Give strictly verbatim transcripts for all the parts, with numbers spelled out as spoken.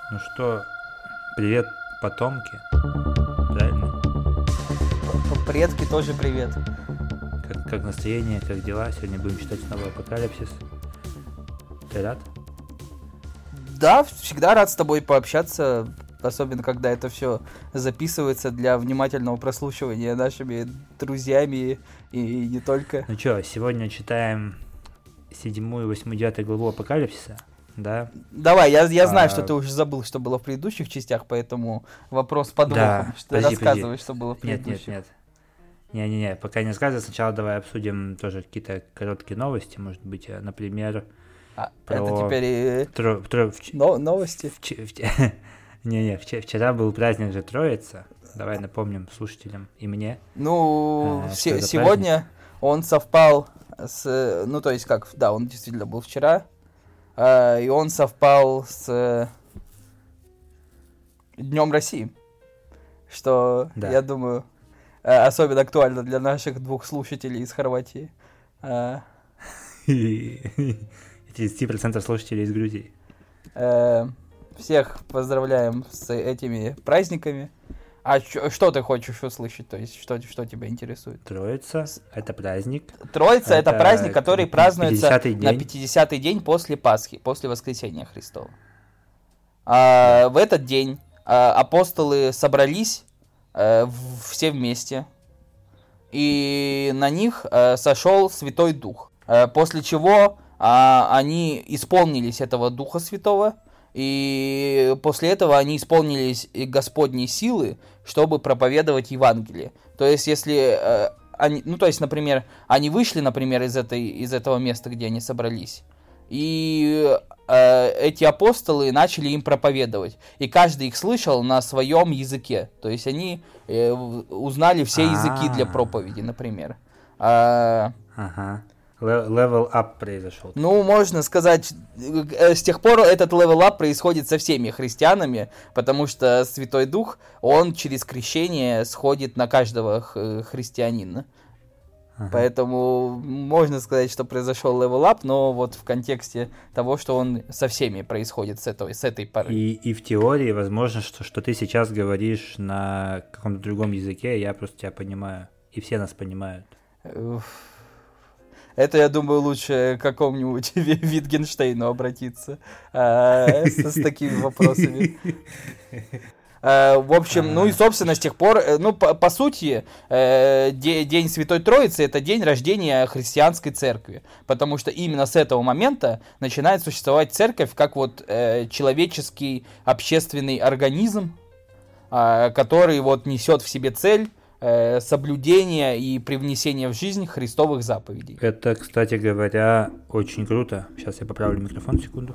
Ну что, привет, потомки. Правильно? Предки тоже привет. Как, как настроение, как дела? Сегодня будем читать снова Апокалипсис. Ты рад? Да, всегда рад с тобой пообщаться, особенно когда это все записывается для внимательного прослушивания нашими друзьями и не только. Ну что, сегодня читаем седьмую, восьмую, девятую главу Апокалипсиса, да? Давай, я, я знаю, а... что ты уже забыл, что было в предыдущих частях, поэтому вопрос подвохом. Да, что подожди, рассказывай, подожди. что было в Нет, предыдущих. нет, нет. Не-не-не, пока не рассказывай, сначала давай обсудим тоже какие-то короткие новости, может быть, например... А, про... это теперь и... Тро... Тро... Но... новости? В... В... Не-не, вчера был праздник же Троица. Давай напомним слушателям и мне. Ну, а, се- сегодня праздник? Он совпал с... Ну, то есть как, да, он действительно был вчера. Uh, и он совпал с uh, Днем России, что, да. Я думаю, uh, особенно актуально для наших двух слушателей из Хорватии. Uh, тридцать процентов слушателей из Грузии. Uh, всех поздравляем с этими праздниками. А ч- что ты хочешь услышать? То есть, что, что тебя интересует? Троица — это праздник. Троица — это, это праздник, который празднуется на пятидесятый день после Пасхи, после Воскресения Христова. А, да. В этот день а, апостолы собрались а, в, все вместе, и на них а, сошел Святой Дух. А, после чего а, они исполнились этого Духа Святого, и после этого они исполнились Господней силы, чтобы проповедовать Евангелие. То есть, если э, они, ну, то есть, например, они вышли, например, из этой, из этого места, где они собрались, и э, эти апостолы начали им проповедовать, и каждый их слышал на своем языке. То есть, они э, узнали все языки для проповеди, например. А, ага. Level up произошел. Ну, можно сказать, с тех пор этот level up происходит со всеми христианами, потому что Святой Дух, он через крещение сходит на каждого христианина. Ага. Поэтому можно сказать, что произошел level up, но вот в контексте того, что он со всеми происходит с этой, с этой поры. И, и в теории возможно, что, что ты сейчас говоришь на каком-то другом языке, я просто тебя понимаю, и все нас понимают. Это, я думаю, лучше к какому-нибудь Витгенштейну обратиться а, с, с такими вопросами. А, в общем, ну и, собственно, с тех пор, ну, по, по сути, э, де, День Святой Троицы — это день рождения христианской церкви, потому что именно с этого момента начинает существовать церковь как вот э, человеческий общественный организм, э, который вот несет в себе цель соблюдения и привнесения в жизнь христовых заповедей. Это, кстати говоря, очень круто. Сейчас я поправлю микрофон, секунду.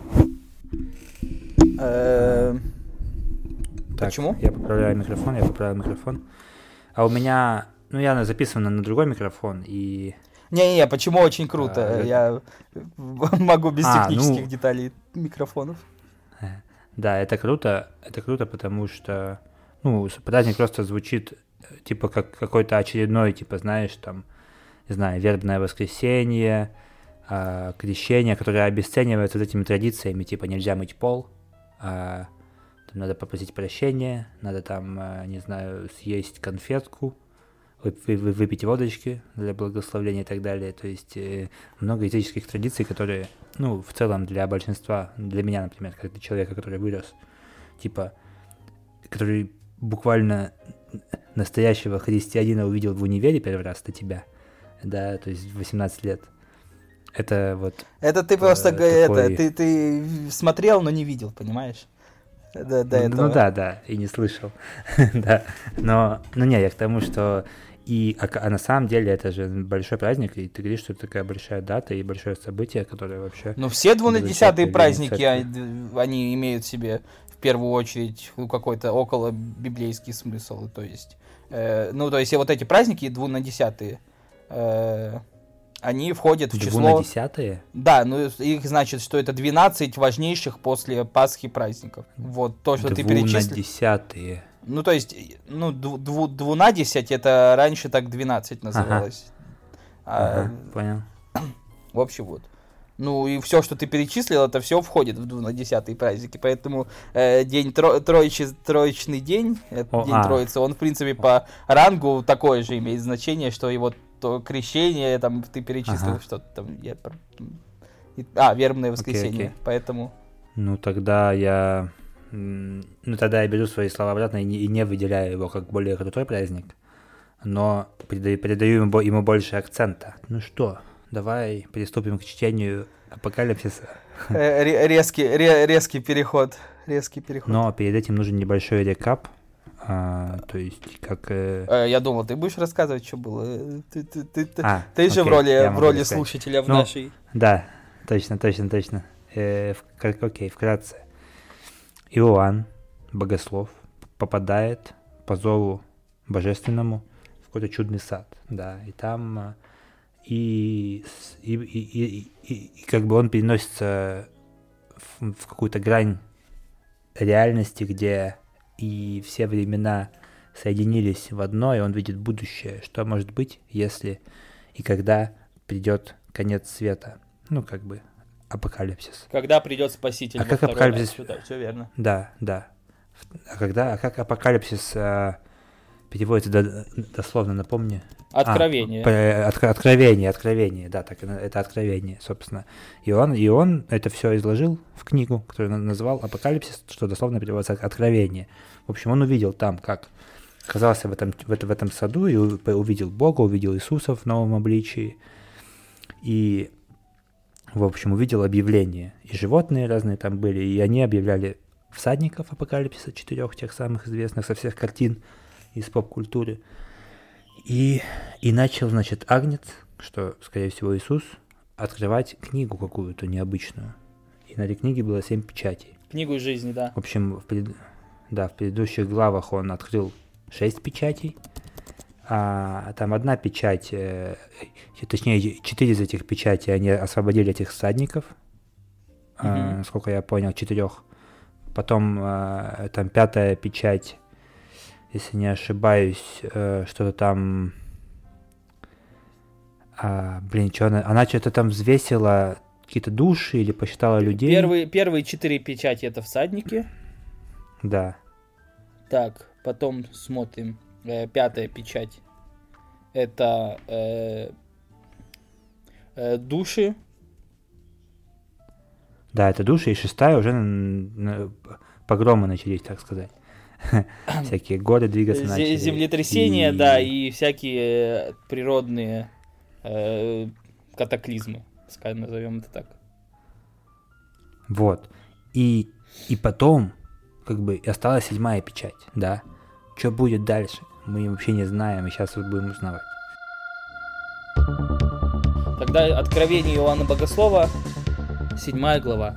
Почему? Я поправляю микрофон, я поправляю микрофон. А у меня, ну, я записано на другой микрофон, и... Не-не, почему очень круто? А, я это... могу без а, технических ну... деталей микрофонов. Да, это круто, это круто, потому что, ну, праздник просто звучит типа как какой-то очередной, типа, знаешь, там, не знаю, вербное воскресенье, э, крещение, которое обесценивается вот этими традициями, типа, нельзя мыть пол, э, там надо попросить прощения, надо там, э, не знаю, съесть конфетку, вы, вы, выпить водочки для благословения и так далее. То есть э, много языческих традиций, которые, ну, в целом для большинства, для меня, например, как для человека, который вырос, типа, который буквально настоящего христианина увидел в универе первый раз, это тебя, да, то есть в восемнадцать лет. Это вот... Это ты просто, такой... это, ты, ты смотрел, но не видел, понимаешь? До, до ну, этого. ну да, да, и не слышал, да, но, ну не, я к тому, что и, а, а на самом деле это же большой праздник, и ты говоришь, что это такая большая дата и большое событие, которое вообще... Ну все двунадесятые праздники, они имеют в себе в первую очередь какой-то около библейский смысл, то есть, э, ну то есть вот эти праздники двунадесятые, э, они входят в число... Двунадесятые? Да, ну их значит, что это двенадцать важнейших после Пасхи праздников. Вот то, что ты перечислил. Двунадесятые. Ну, то есть, ну, дву- двунадесять, это раньше так двенадцать называлось. Ага, а, ага понял. В общем, вот. Ну и все, что ты перечислил, это все входит в двунадесятые праздники. Поэтому э, день тро, троичи, троичный день, О, день а. Троицы, он в принципе по рангу такое же имеет значение, что его то крещение, там ты перечислил ага. что-то там. Я... А, вербное воскресенье. Okay, okay. Поэтому. Ну тогда я. Ну тогда я беру свои слова обратно и не, и не выделяю его как более крутой праздник, но придаю, придаю ему, ему больше акцента. Ну что? Давай приступим к чтению Апокалипсиса. Резкий, резкий переход. Резкий переход. Но перед этим нужен небольшой рекап. А, то есть, как... Э... Я думал, ты будешь рассказывать, что было. Ты, ты, ты, а, ты же окей, в роли, в роли слушателя в ну, нашей... Да, точно, точно, точно. Э, в, окей, вкратце. Иоанн, богослов, попадает по зову божественному в какой-то чудный сад. Да, и там... И, и, и, и, и, и как бы он переносится в, в какую-то грань реальности, где и все времена соединились в одно, и он видит будущее, что может быть, если и когда придет конец света. Ну, как бы, апокалипсис. Когда придет Спаситель. А как апокалипсис... Да, все верно. Да, да. А когда, а как апокалипсис... А... переводится до, дословно, напомни. Откровение. А, от, откровение, откровение, да, так это откровение, собственно. И он, и он это все изложил в книгу, которую он назвал «Апокалипсис», что дословно переводится как «откровение». В общем, он увидел там, как оказался в этом, в этом, в этом саду, и увидел Бога, увидел Иисуса в новом обличии, и, в общем, увидел объявления. И животные разные там были, и они объявляли всадников Апокалипсиса, четырех тех самых известных со всех картин из поп-культуры. И, и начал, значит, Агнец, что, скорее всего, Иисус, открывать книгу какую-то необычную. И на этой книге было семь печатей. Книгу жизни, да. В общем, в, пред... да, в предыдущих главах он открыл шесть печатей, а там одна печать, э, точнее, четыре из этих печатей, они освободили этих всадников, угу. э, насколько я понял, четырех. Потом э, там пятая печать, если не ошибаюсь, э, что-то там... А, блин, что она... Она что-то там взвесила какие-то души или посчитала людей. Первые, первые четыре печати — это всадники. Да. Так, потом смотрим. Э, пятая печать — это э, э, души. Да, это души. И шестая уже на... погромы начались, так сказать. Всякие годы двигаться начали. Землетрясения, и... да, и всякие природные э, катаклизмы, скажем, назовем это так. Вот. И, и потом, как бы, осталась седьмая печать, да. Что будет дальше, мы вообще не знаем, и сейчас вот будем узнавать. Тогда Откровение Иоанна Богослова, седьмая глава.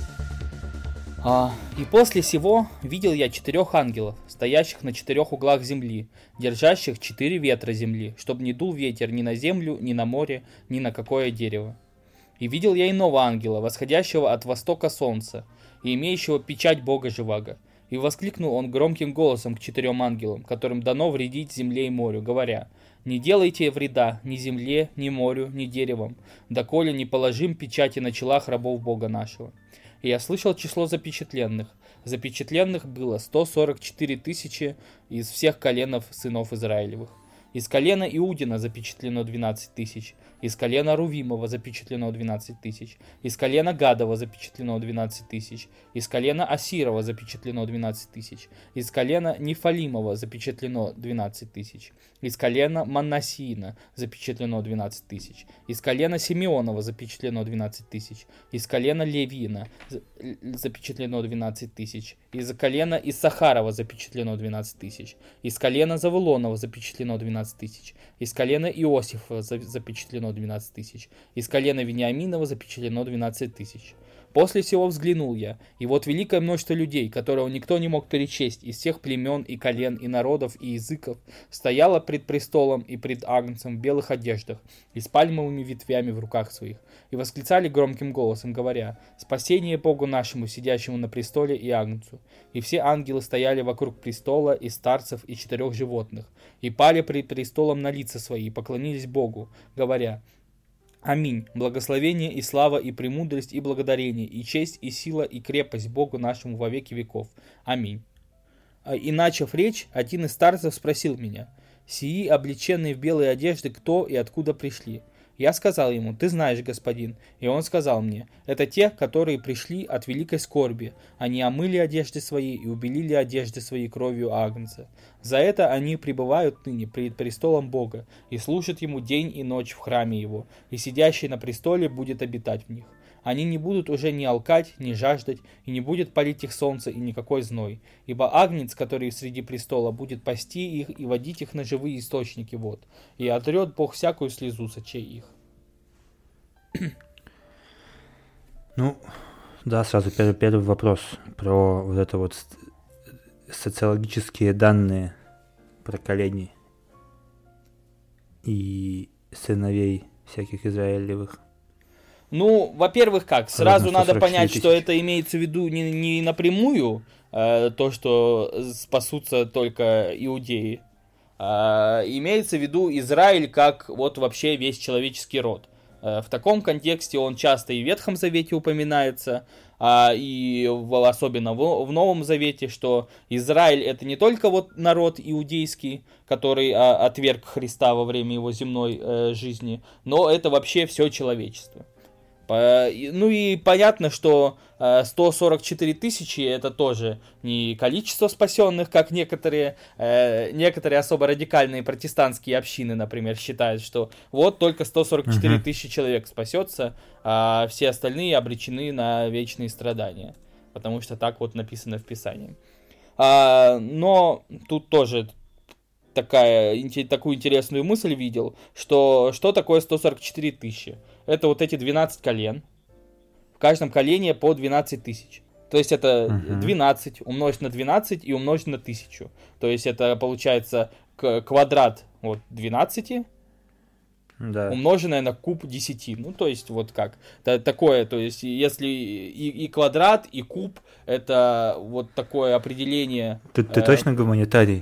А, «И после сего видел я четырех ангелов, стоящих на четырех углах земли, держащих четыре ветра земли, чтобы не дул ветер ни на землю, ни на море, ни на какое дерево. И видел я иного ангела, восходящего от востока солнца, и имеющего печать Бога Живаго. И воскликнул он громким голосом к четырем ангелам, которым дано вредить земле и морю, говоря: не делайте вреда ни земле, ни морю, ни деревам, доколе не положим печати на челах рабов Бога нашего. И я слышал число запечатленных. Запечатленных было сто сорок четыре тысячи из всех коленов сынов Израилевых. Из колена Иудина запечатлено двенадцать тысяч. Из колена Рувимова запечатлено двенадцать тысяч. Из колена Гадова запечатлено двенадцать тысяч. Из колена Асирова запечатлено двенадцать тысяч. Из колена Нефалимова запечатлено двенадцать тысяч. Из колена Манассиина запечатлено двенадцать тысяч. Из колена Симеонова запечатлено двенадцать тысяч. Из колена Левина запечатлено двенадцать тысяч. Из колена Иссахарова запечатлено двенадцать тысяч. Из колена Завулонова запечатлено двенадцать тысяч. Из колена Иосифа запечатлено двенадцать тысяч. Из колена Вениаминова запечатлено двенадцать тысяч. После всего взглянул я, и вот великое множество людей, которого никто не мог перечесть, из всех племен и колен, и народов, и языков, стояло пред престолом и пред Агнцем в белых одеждах и с пальмовыми ветвями в руках своих, и восклицали громким голосом, говоря: «Спасение Богу нашему, сидящему на престоле, и Агнцу». И все ангелы стояли вокруг престола, и старцев, и четырех животных, и пали пред престолом на лица свои, и поклонились Богу, говоря: Аминь. Благословение и слава и премудрость и благодарение, и честь и сила и крепость Богу нашему во веки веков. Аминь. И начав речь, один из старцев спросил меня: «Сии, облеченные в белые одежды, кто и откуда пришли?» Я сказал ему: «Ты знаешь, господин». И он сказал мне: «Это те, которые пришли от великой скорби. Они омыли одежды свои и убелили одежды свои кровью агнца. За это они пребывают ныне пред престолом Бога и служат ему день и ночь в храме его, и сидящий на престоле будет обитать в них. Они не будут уже ни алкать, ни жаждать, и не будет палить их солнце и никакой зной. Ибо агнец, который среди престола, будет пасти их и водить их на живые источники вод. И отрет Бог всякую слезу с очей их». Ну, да, сразу первый, первый вопрос про вот это вот социологические данные поколений и сыновей всяких израилевых. Ну, во-первых, как? Сразу надо понять, что это имеется в виду не, не напрямую, э, то, что спасутся только иудеи. А имеется в виду Израиль как вот вообще весь человеческий род. Э, в таком контексте он часто и в Ветхом Завете упоминается, а, и в, особенно в, в Новом Завете, что Израиль это не только вот народ иудейский, который а, отверг Христа во время его земной э, жизни, но это вообще все человечество. Ну и понятно, что сто сорок четыре тысячи это тоже не количество спасенных, как некоторые, некоторые особо радикальные протестантские общины, например, считают, что вот только сто сорок четыре тысячи человек спасется, а все остальные обречены на вечные страдания, потому что так вот написано в Писании. Но тут тоже такая, такую интересную мысль видел, что что такое сто сорок четыре тысячи? Это вот эти двенадцать колен. В каждом колене по двенадцать тысяч. То есть это uh-huh. двенадцать умножить на двенадцать и умножить на тысячу. То есть это получается квадрат вот двенадцати, да. умноженное на куб десяти. Ну, то есть вот как. Это такое, то есть если и, и квадрат, и куб, это вот такое определение. Ты, ты э, точно гуманитарий?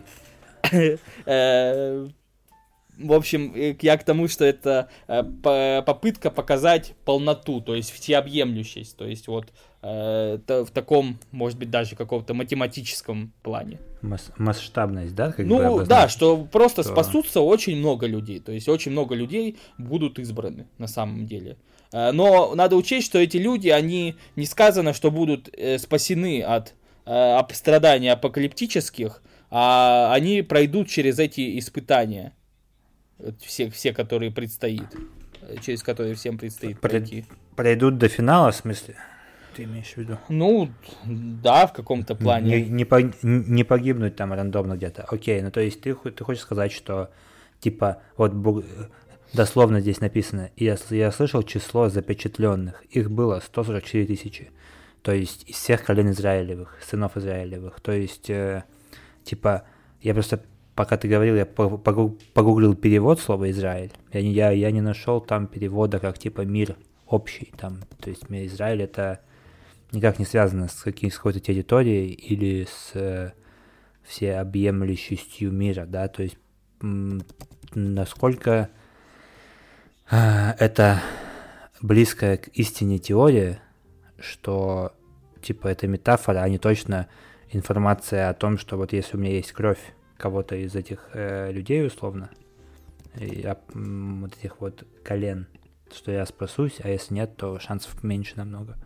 В общем, я к тому, что это попытка показать полноту, то есть всеобъемлющесть, то есть вот в таком, может быть, даже каком-то математическом плане. Мас- масштабность, да? Как ну, да, что просто что... спасутся очень много людей, то есть очень много людей будут избраны на самом деле. Но надо учесть, что эти люди, они не сказано, что будут спасены от страданий апокалиптических, а они пройдут через эти испытания. Все, все, которые предстоит, через которые всем предстоит пройти. Пройдут до финала, в смысле? Ты имеешь в виду? Ну, да, в каком-то плане. Не, не, пог, не погибнуть там рандомно где-то. Окей, ну то есть ты, ты хочешь сказать, что типа, вот дословно здесь написано, я, я слышал число запечатленных, их было сто сорок четыре тысячи. То есть из всех колен Израилевых, сынов Израилевых. То есть, э, типа, я просто... Пока ты говорил, я погуглил перевод слова «Израиль». Я не, я, я не нашел там перевода как типа «мир общий». Там, то есть Израиль это никак не связано с, каким, с какой-то территорией или с э, всеобъемлющестью мира, да, то есть м- насколько э, это близкая к истине теория, что типа это метафора, а не точно информация о том, что вот если у меня есть кровь кого-то из этих э, людей, условно, и, а, м, вот этих вот колен, что я спасусь, а если нет, то шансов меньше намного.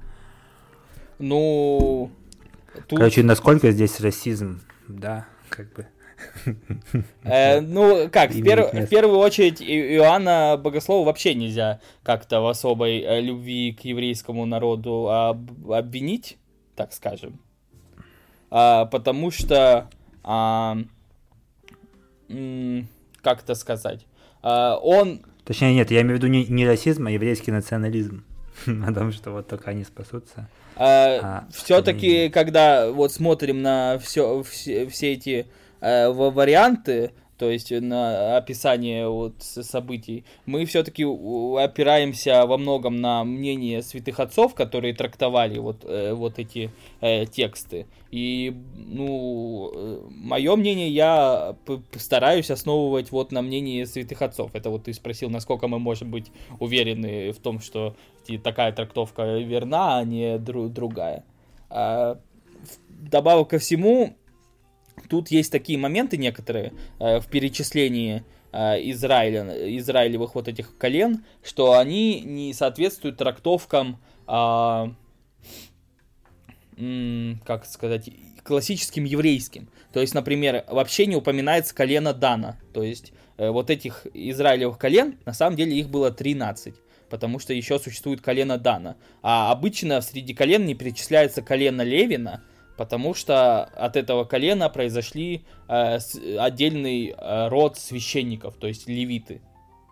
Ну, тут... Короче, насколько здесь расизм, да, как бы. Э, ну, как, в, пер... в первую очередь Иоанна Богослова вообще нельзя как-то в особой э, любви к еврейскому народу об... обвинить, так скажем, а, потому что а... как это сказать, а, он... Точнее, нет, я имею в виду не, не расизм, а еврейский национализм. О том, что вот только они спасутся. А, а, все-таки, когда вот смотрим на все, все, все эти а, варианты, то есть на описание вот событий, мы все-таки опираемся во многом на мнение святых отцов, которые трактовали вот, э, вот эти э, тексты. И, ну, мое мнение я стараюсь основывать вот на мнении святых отцов. Это вот ты спросил, насколько мы можем быть уверены в том, что такая трактовка верна, а не дру- другая. А, добавок ко всему, тут есть такие моменты некоторые э, в перечислении э, Израиля, израилевых вот этих колен, что они не соответствуют трактовкам, э, м, как сказать, классическим еврейским. То есть, например, вообще не упоминается колено Дана. То есть, э, вот этих израилевых колен, на самом деле их было тринадцать. Потому что еще существует колено Дана. А обычно среди колен не перечисляется колено Левина, потому что от этого колена произошли э, с, отдельный э, род священников, то есть левиты.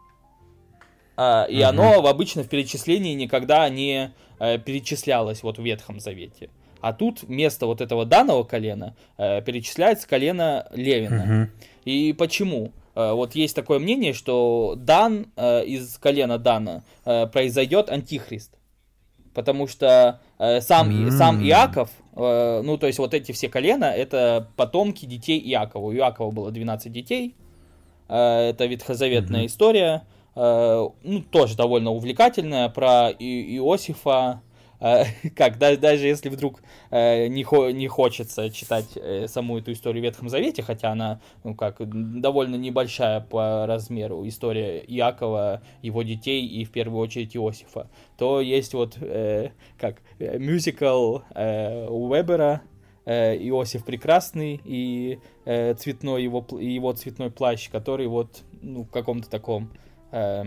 А, и mm-hmm. оно обычно в перечислении никогда не э, перечислялось вот в Ветхом Завете. А тут вместо вот этого данного колена э, перечисляется колено Левина. Mm-hmm. И почему? Э, вот есть такое мнение, что Дан, э, из колена Дана э, произойдет антихрист. Потому что э, сам, mm. сам Иаков, э, ну, то есть вот эти все колена, это потомки детей Иакова. У Иакова было двенадцать детей. Э, это ветхозаветная mm-hmm. история. Э, ну, тоже довольно увлекательная, про И- Иосифа. Э, как, да, даже если вдруг э, не, хо- не хочется читать э, саму эту историю в Ветхом Завете, хотя она, ну, как, довольно небольшая по размеру, история Иакова, его детей и, в первую очередь, Иосифа, то есть вот, э, как, мюзикл э, Уэбера, э, Иосиф Прекрасный и э, цветной его, его цветной плащ, который вот, ну, в каком-то таком э,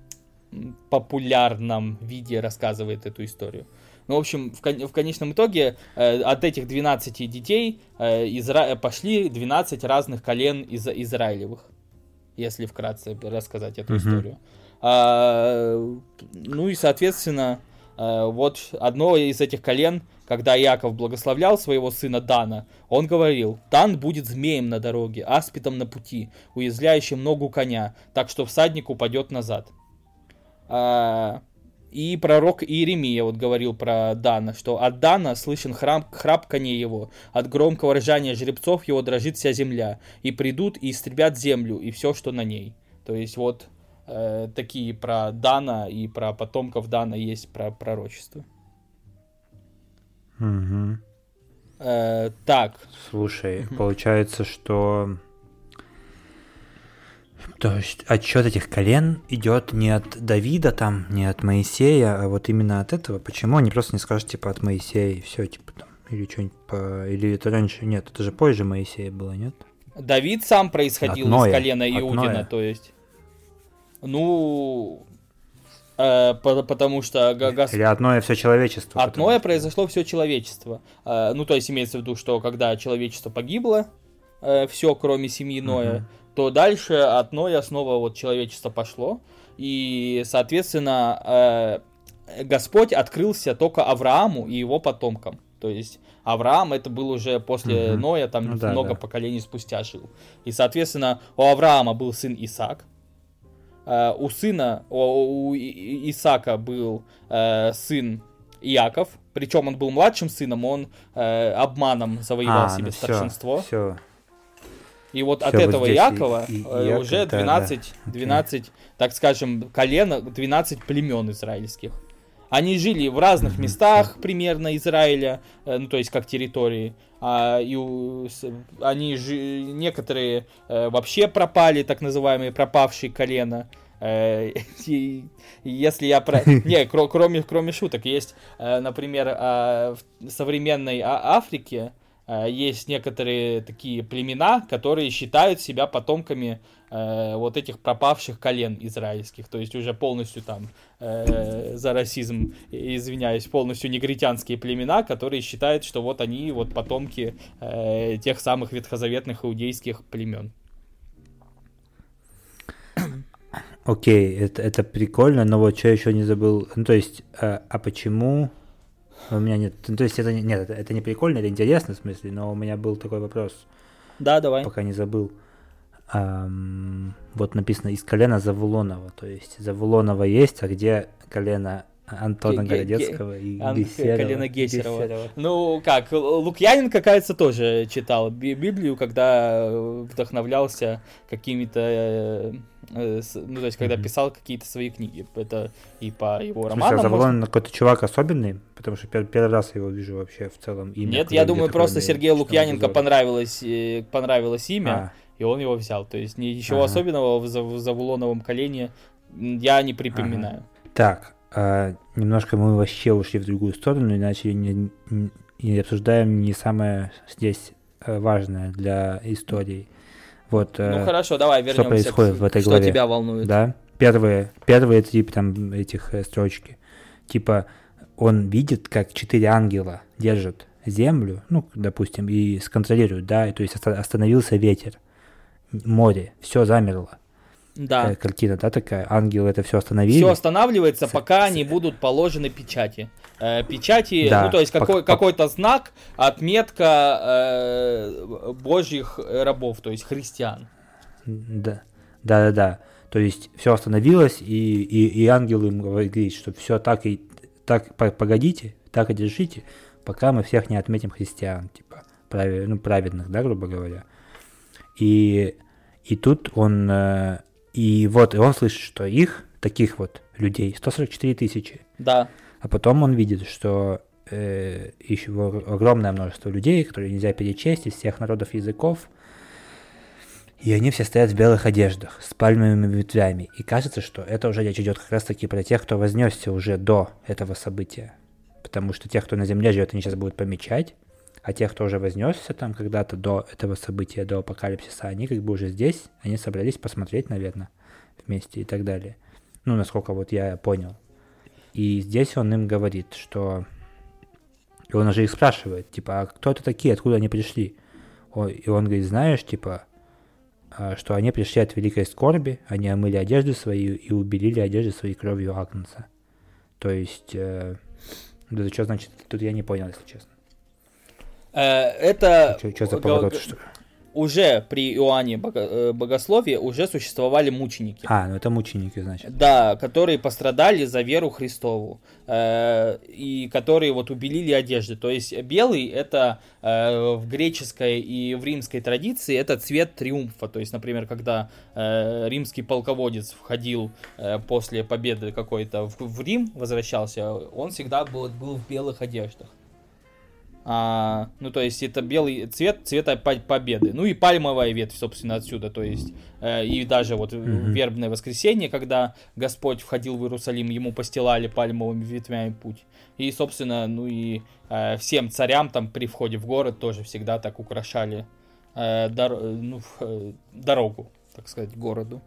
популярном виде рассказывает эту историю. Ну, в общем, в, кон- в конечном итоге э, от этих двенадцати детей э, Изра... пошли двенадцать разных колен из- израилевых, если вкратце рассказать эту mm-hmm. историю. А, ну и, соответственно, э, вот одно из этих колен, когда Иаков благословлял своего сына Дана, он говорил: «Дан будет змеем на дороге, аспидом на пути, уязвляющим ногу коня, так что всадник упадет назад». А, и пророк Иеремия вот говорил про Дана, что от Дана слышен храп, храп коней его, от громкого ржания жеребцов его дрожит вся земля, и придут и истребят землю и все, что на ней. То есть вот э, такие про Дана и про потомков Дана есть про пророчество. Угу. Э, так. Слушай, получается, что... То есть отсчет этих колен идет не от Давида, там, не от Моисея, а вот именно от этого. Почему они просто не скажут, типа, от Моисея и все, типа, там, или что-нибудь по... Или это раньше? Нет, это же позже Моисея было, нет? Давид сам происходил от Ноя, из колена Иудина, то есть... Ну... Э, по- потому что... Гос... Или от Ноя все человечество? От Ноя произошло все человечество. Э, ну, то есть имеется в виду, что когда человечество погибло, э, все, кроме семьи Ноя, uh-huh. то дальше от Ноя снова вот человечество пошло, и, соответственно, э, Господь открылся только Аврааму и его потомкам. То есть Авраам это был уже после uh-huh. Ноя, там ну, много да, да. поколений спустя жил. И, соответственно, у Авраама был сын Исаак, э, у сына, у, у Исаака был э, сын Иаков, причем он был младшим сыном, он э, обманом завоевал а, себе ну старшинство. Все, все. И вот Все, от этого вот Иакова и, и, Иаков, уже двенадцать, да, да. двенадцать okay. так скажем, колен, двенадцать племен израильских. Они жили в разных mm-hmm. местах примерно Израиля, ну то есть как территории. А, и у, они жи, некоторые э, вообще пропали, так называемые пропавшие колена. Э, и, если я про... Не, кр- кроме, кроме шуток, есть, э, например, э, в современной Африке есть некоторые такие племена, которые считают себя потомками э, вот этих пропавших колен израильских, то есть уже полностью там э, за расизм, извиняюсь, полностью негритянские племена, которые считают, что вот они вот потомки э, тех самых ветхозаветных иудейских племен. Окей, okay, это, это прикольно, но вот что еще не забыл, ну то есть, а, а почему... У меня нет, ну, то есть это не, нет, это, это не прикольно, это интересно в смысле, но у меня был такой вопрос. Да, давай. Пока не забыл. эм, вот написано из колена Завулонова, то есть Завулонова есть, а где колено Антона Городецкого и Гессерова. Колено Гессерова. Ну как, Лукьяненко, кажется, тоже читал Библию, когда вдохновлялся какими-то, ну то есть когда писал какие-то свои книги. Это и по его романам. Слушай, а Завулон какой-то чувак особенный, потому что первый раз его вижу вообще в целом. Имя, Нет, я думаю, просто Сергею Лукьяненко понравилось, понравилось имя, а. и он его взял. То есть ничего ага. особенного в Завулоновом колене я не припоминаю. Ага. Так. Uh, немножко мы вообще ушли в другую сторону и начали не, не, не обсуждаем не самое здесь uh, важное для истории. Вот, uh, ну хорошо, давай вернемся. Что происходит к, в этой что главе? Что тебя волнует? Да, первые, первые типа там этих э, строчки. Типа он видит, как четыре ангела держат землю, ну, допустим, и сконтролируют, да, и, то есть остановился ветер, море, все замерло. Да. Картина, да, такая. Ангелы это все остановили. Все останавливается, с... пока не будут положены печати. Э, печати, да, ну то есть какой, по... какой-то знак, отметка э, божьих рабов, то есть христиан. Да, да, да, да. То есть все остановилось, и, и, и ангелы им говорят, что все так и так погодите, так и держите, пока мы всех не отметим христиан, типа правед, ну, праведных, да, грубо говоря. И, и тут он... И вот, и он слышит, что их, таких вот людей, сто сорок четыре тысячи. Да. А потом он видит, что э, еще огромное множество людей, которые нельзя перечесть, из всех народов и языков. И они все стоят в белых одеждах, с пальмовыми ветвями. И кажется, что это уже речь идет как раз-таки про тех, кто вознесся уже до этого события. Потому что тех, кто на земле живет, они сейчас будут помечать. А тех, кто уже вознесся там когда-то до этого события, до апокалипсиса, они как бы уже здесь, они собрались посмотреть, наверное, вместе и так далее. Ну, насколько вот я понял. И здесь он им говорит, что... И он уже их спрашивает, типа, а кто это такие, откуда они пришли? И он говорит, знаешь, типа, что они пришли от великой скорби, они омыли одежды свои и убелили одежды своей кровью Агнца. То есть, э... это что значит? Тут я не понял, если честно. Это что, что за поворот, что? Уже при Иоанне Бого... Богословии уже существовали мученики. А, ну это мученики, значит. Да, которые пострадали за веру Христову. Э, и которые вот убелили одежды. То есть белый это э, в греческой и в римской традиции это цвет триумфа. То есть, например, когда э, римский полководец входил э, после победы какой-то в, в Рим, возвращался, он всегда был, был в белых одеждах. А, ну, то есть, это белый цвет, цвета победы. Ну, и пальмовая ветвь, собственно, отсюда. То есть, э, и даже вот mm-hmm. вербное воскресенье, когда Господь входил в Иерусалим, ему постилали пальмовыми ветвями путь. И, собственно, ну и э, всем царям там при входе в город тоже всегда так украшали э, дор- ну, э, дорогу, так сказать, к городу.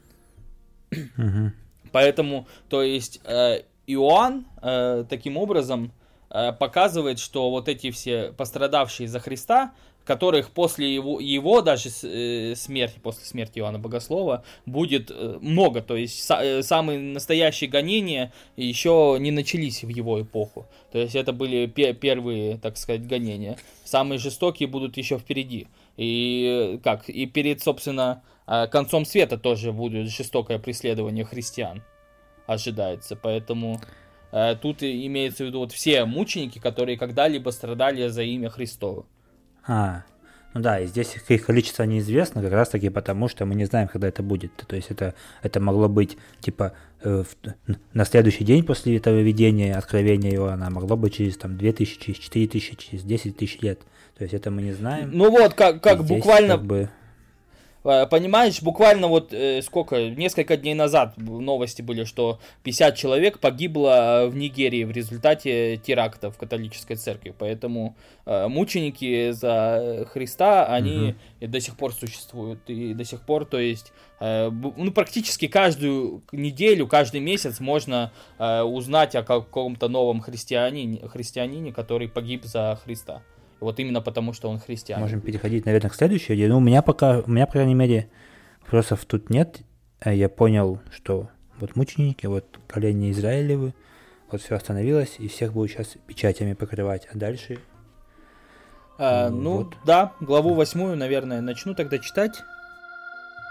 Mm-hmm. Поэтому, то есть, э, Иоанн э, таким образом... показывает, что вот эти все пострадавшие за Христа, которых после его, его даже э, смерти, после смерти Иоанна Богослова, будет э, много. То есть са, э, самые настоящие гонения еще не начались в его эпоху. То есть это были пе- первые, так сказать, гонения. Самые жестокие будут еще впереди. И как? И перед, собственно, концом света тоже будет жестокое преследование христиан. Ожидается. Поэтому... Тут имеется в виду вот все мученики, которые когда-либо страдали за имя Христово. А, ну да, и здесь их количество неизвестно, как раз таки потому, что мы не знаем, когда это будет. То есть это, это могло быть, типа, э, в, на следующий день после этого видения, откровения Иоанна, могло быть через там две тысячи, через четыре тысячи, через десять тысяч лет. То есть это мы не знаем. Ну вот, как, как буквально... Как бы... Понимаешь, буквально вот э, сколько, несколько дней назад новости были, что пятьдесят человек погибло в Нигерии в результате теракта в католической церкви. Поэтому э, мученики за Христа, они угу. до сих пор существуют. И до сих пор, то есть, э, ну, практически каждую неделю, каждый месяц можно э, узнать о каком-то новом христианине, христианине, который погиб за Христа. Вот именно потому, что он христианин. Можем переходить, наверное, к следующей. Ну, у меня пока, у меня, по крайней мере, вопросов тут нет. Я понял, что вот мученики, вот колени Израилевы, вот все остановилось, и всех будут сейчас печатями покрывать. А дальше... А, ну, ну вот. Да, главу восьмую, наверное, начну тогда читать.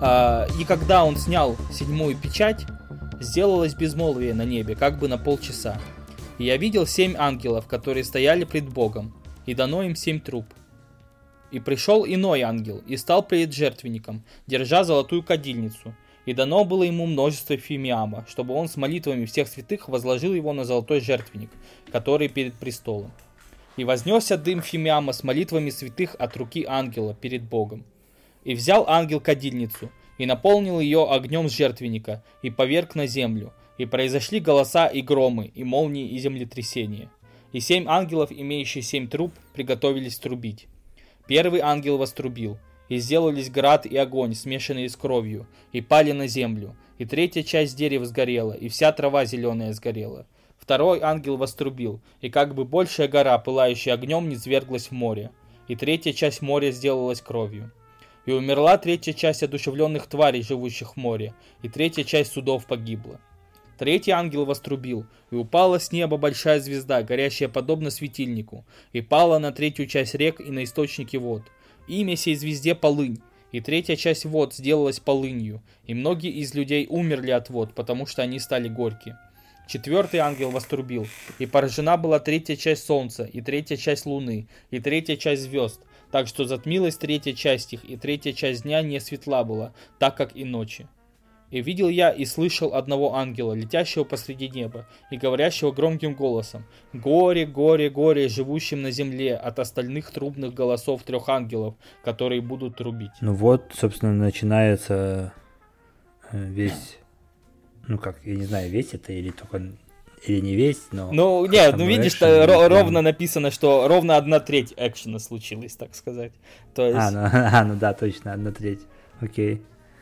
И когда он снял седьмую печать, сделалось безмолвие на небе, как бы на полчаса. И я видел семь ангелов, которые стояли пред Богом, и дано им семь труб. И пришел иной ангел, и стал пред жертвенником, держа золотую кадильницу. И дано было ему множество фимиама, чтобы он с молитвами всех святых возложил его на золотой жертвенник, который перед престолом. И вознесся дым фимиама с молитвами святых от руки ангела перед Богом. И взял ангел кадильницу, и наполнил ее огнем с жертвенника, и поверг на землю. И произошли голоса и громы, и молнии, и землетрясения. И семь ангелов, имеющие семь труб, приготовились трубить. Первый ангел вострубил, и сделались град и огонь, смешанные с кровью, и пали на землю. И третья часть дерева сгорела, и вся трава зеленая сгорела. Второй ангел вострубил, и как бы большая гора, пылающая огнем, низвергла в море. И третья часть моря сделалась кровью. И умерла третья часть одушевленных тварей, живущих в море, и третья часть судов погибла. Третий ангел вострубил, и упала с неба большая звезда, горящая подобно светильнику, и пала на третью часть рек и на источники вод. Имя сей звезде полынь, и третья часть вод сделалась полынью, и многие из людей умерли от вод, потому что они стали горькие. Четвертый ангел вострубил, и поражена была третья часть солнца, и третья часть луны, и третья часть звезд, так что затмилась третья часть их, и третья часть дня не светла была, так как и ночи. И видел я и слышал одного ангела, летящего посреди неба, и говорящего громким голосом: «Горе, горе, горе, живущим на земле от остальных трубных голосов трех ангелов, которые будут трубить». Ну вот, собственно, начинается весь, ну как, я не знаю, весь это или только, или не весь, но... Ну, нет, ну видишь, экшен, ро- ровно написано, что ровно одна треть экшена случилась, так сказать. То есть... а, ну, а, ну да, точно, одна треть, окей.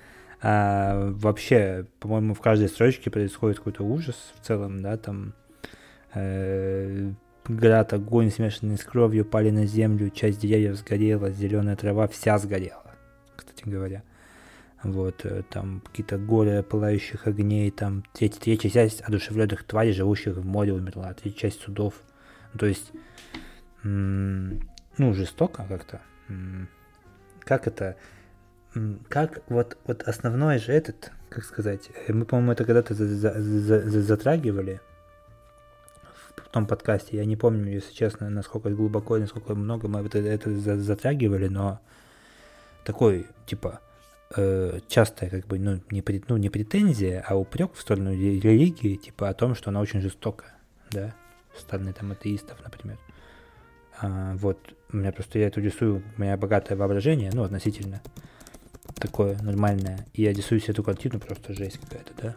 А, вообще, по-моему, в каждой строчке происходит какой-то ужас в целом, да, там э, град, огонь, смешанный с кровью, пали на землю, часть деревьев сгорела, зеленая трава вся сгорела, кстати говоря. Вот, там какие-то горы пылающих огней, там третья, третья часть одушевленных тварей, живущих в море, умерла, третья часть судов. То есть, м- ну, жестоко как-то. М- как это... Как вот, вот основной же этот, как сказать, мы, по-моему, это когда-то за- за- за- затрагивали в том подкасте, я не помню, если честно, насколько глубоко и насколько много мы это, это затрагивали, но такой, типа, э, частая, как бы, ну не, прет, ну, не претензия, а упрек в сторону религии, типа, о том, что она очень жестокая, да, со стороны, там, атеистов, например. А, вот, у меня просто, я это рисую, у меня богатое воображение, ну, относительно такое нормальное. И я рисую себе эту картину, просто жесть какая-то, да?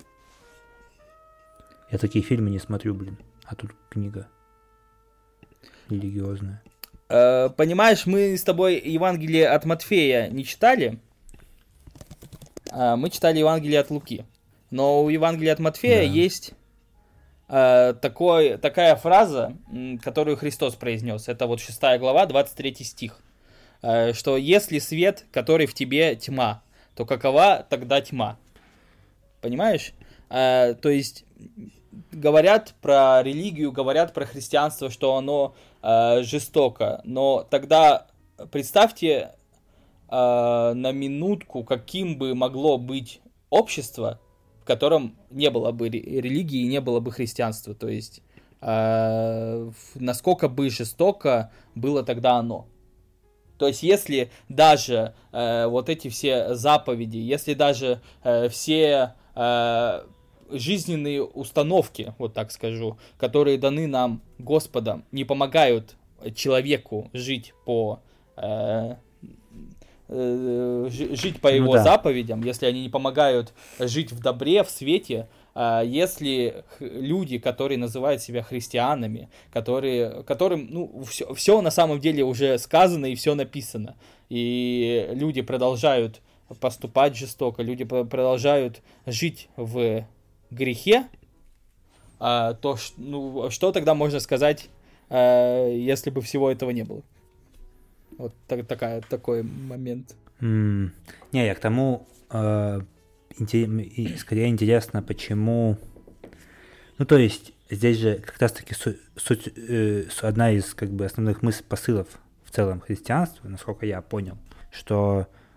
Я такие фильмы не смотрю, блин. А тут книга религиозная. Э, понимаешь, мы с тобой Евангелие от Матфея не читали. А мы читали Евангелие от Луки. Но у Евангелия от Матфея да. есть э, такой, такая фраза, которую Христос произнес. Это вот шестая глава, двадцать третий стих. Что если свет, который в тебе тьма, то какова тогда тьма? Понимаешь? А, то есть говорят про религию, говорят про христианство, что оно а, жестоко. Но тогда представьте а, на минутку, каким бы могло быть общество, в котором не было бы религии и не было бы христианства. То есть а, насколько бы жестоко было тогда оно. То есть, если даже э, вот эти все заповеди, если даже э, все э, жизненные установки, вот так скажу, которые даны нам Господом, не помогают человеку жить по, э, э, жить по его ну, да. заповедям, если они не помогают жить в добре, в свете, если люди, которые называют себя христианами, которые, которым ну, все, все на самом деле уже сказано и все написано, и люди продолжают поступать жестоко, люди продолжают жить в грехе, то ну, что тогда можно сказать, если бы всего этого не было? Вот так, такая, такой момент. Mm. Не, я к тому... Э... И скорее интересно, почему... Ну, то есть, здесь же как раз-таки суть, суть, э, одна из как бы основных мыслей, посылов в целом христианства, насколько я понял, что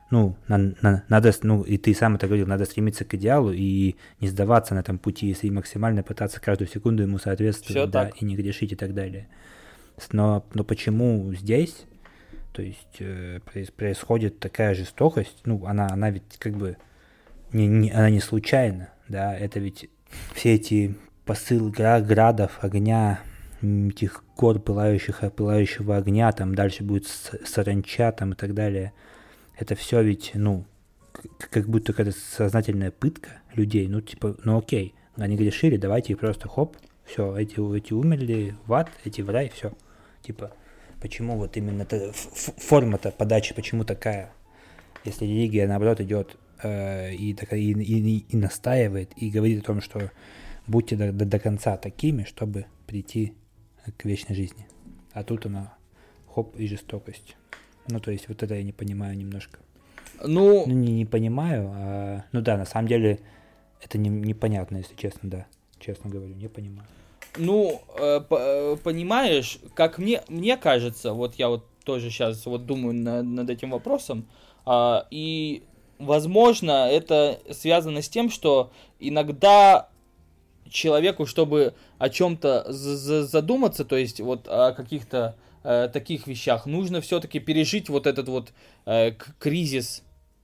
ну, на, на, надо, ну, и ты сам это говорил, надо стремиться к идеалу и не сдаваться на этом пути, и максимально пытаться каждую секунду ему соответствовать, да, и не грешить и так далее. Но, но почему здесь, то есть, э, происходит такая жестокость, ну, она, она ведь как бы, не, не, она не случайна, да, это ведь все эти посылы градов, огня, этих гор пылающих, пылающего огня, там дальше будет саранча, там и так далее. Это все ведь, ну, как будто какая-то сознательная пытка людей. Ну, типа, ну окей, они грешили, давайте их просто хоп, все, эти, эти умерли в ад, эти в рай, все. Типа, почему вот именно та, форма-то подачи, почему такая? Если религия, наоборот, идет э, и, и, и, и настаивает, и говорит о том, что будьте до, до, до конца такими, чтобы прийти к вечной жизни. А тут она хоп и жестокость. Ну, то есть, вот это я не понимаю немножко. Ну, ну не, не понимаю, а... Ну да, на самом деле, это не, непонятно, если честно, да. Честно говорю, не понимаю. Ну, э, по, понимаешь, как мне, мне кажется, вот я вот тоже сейчас вот думаю на, над этим вопросом, э, и, возможно, это связано с тем, что иногда человеку, чтобы о чем-то задуматься, то есть вот о каких-то э, таких вещах, нужно все-таки пережить вот этот вот э, кризис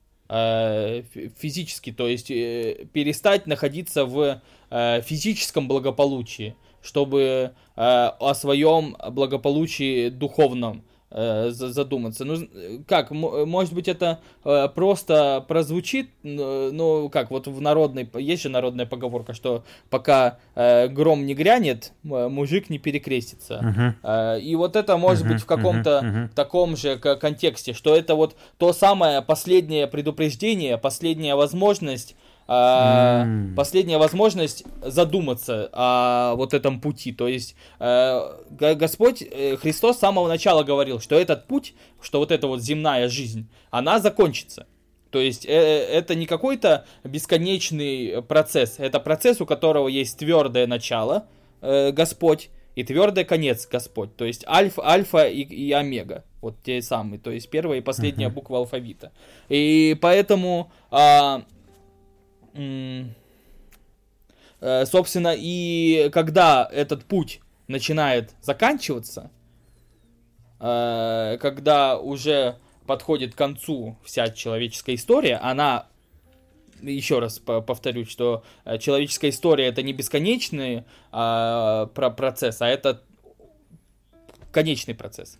э, физический, то есть э, перестать находиться в э, физическом благополучии, чтобы э, о своем благополучии духовном э, задуматься. Ну, как, м- может быть, это э, просто прозвучит, ну, как, вот в народной, есть же народная поговорка, что пока э, гром не грянет, мужик не перекрестится. Uh-huh. Э, и вот это может uh-huh, быть в каком-то uh-huh, uh-huh. таком же контексте, что это вот то самое последнее предупреждение, последняя возможность, Mm. последняя возможность задуматься о вот этом пути. То есть Господь Христос с самого начала говорил, что этот путь, что вот эта вот земная жизнь, она закончится. То есть это не какой-то бесконечный процесс, это процесс, у которого есть твердое начало, Господь, и твердый конец, Господь. То есть альфа, альфа и, и омега, вот те самые, то есть первая и последняя uh-huh. буква алфавита. И поэтому собственно, и когда этот путь начинает заканчиваться, когда уже подходит к концу вся человеческая история, она, еще раз повторю, что человеческая история — это не бесконечный процесс, а это конечный процесс,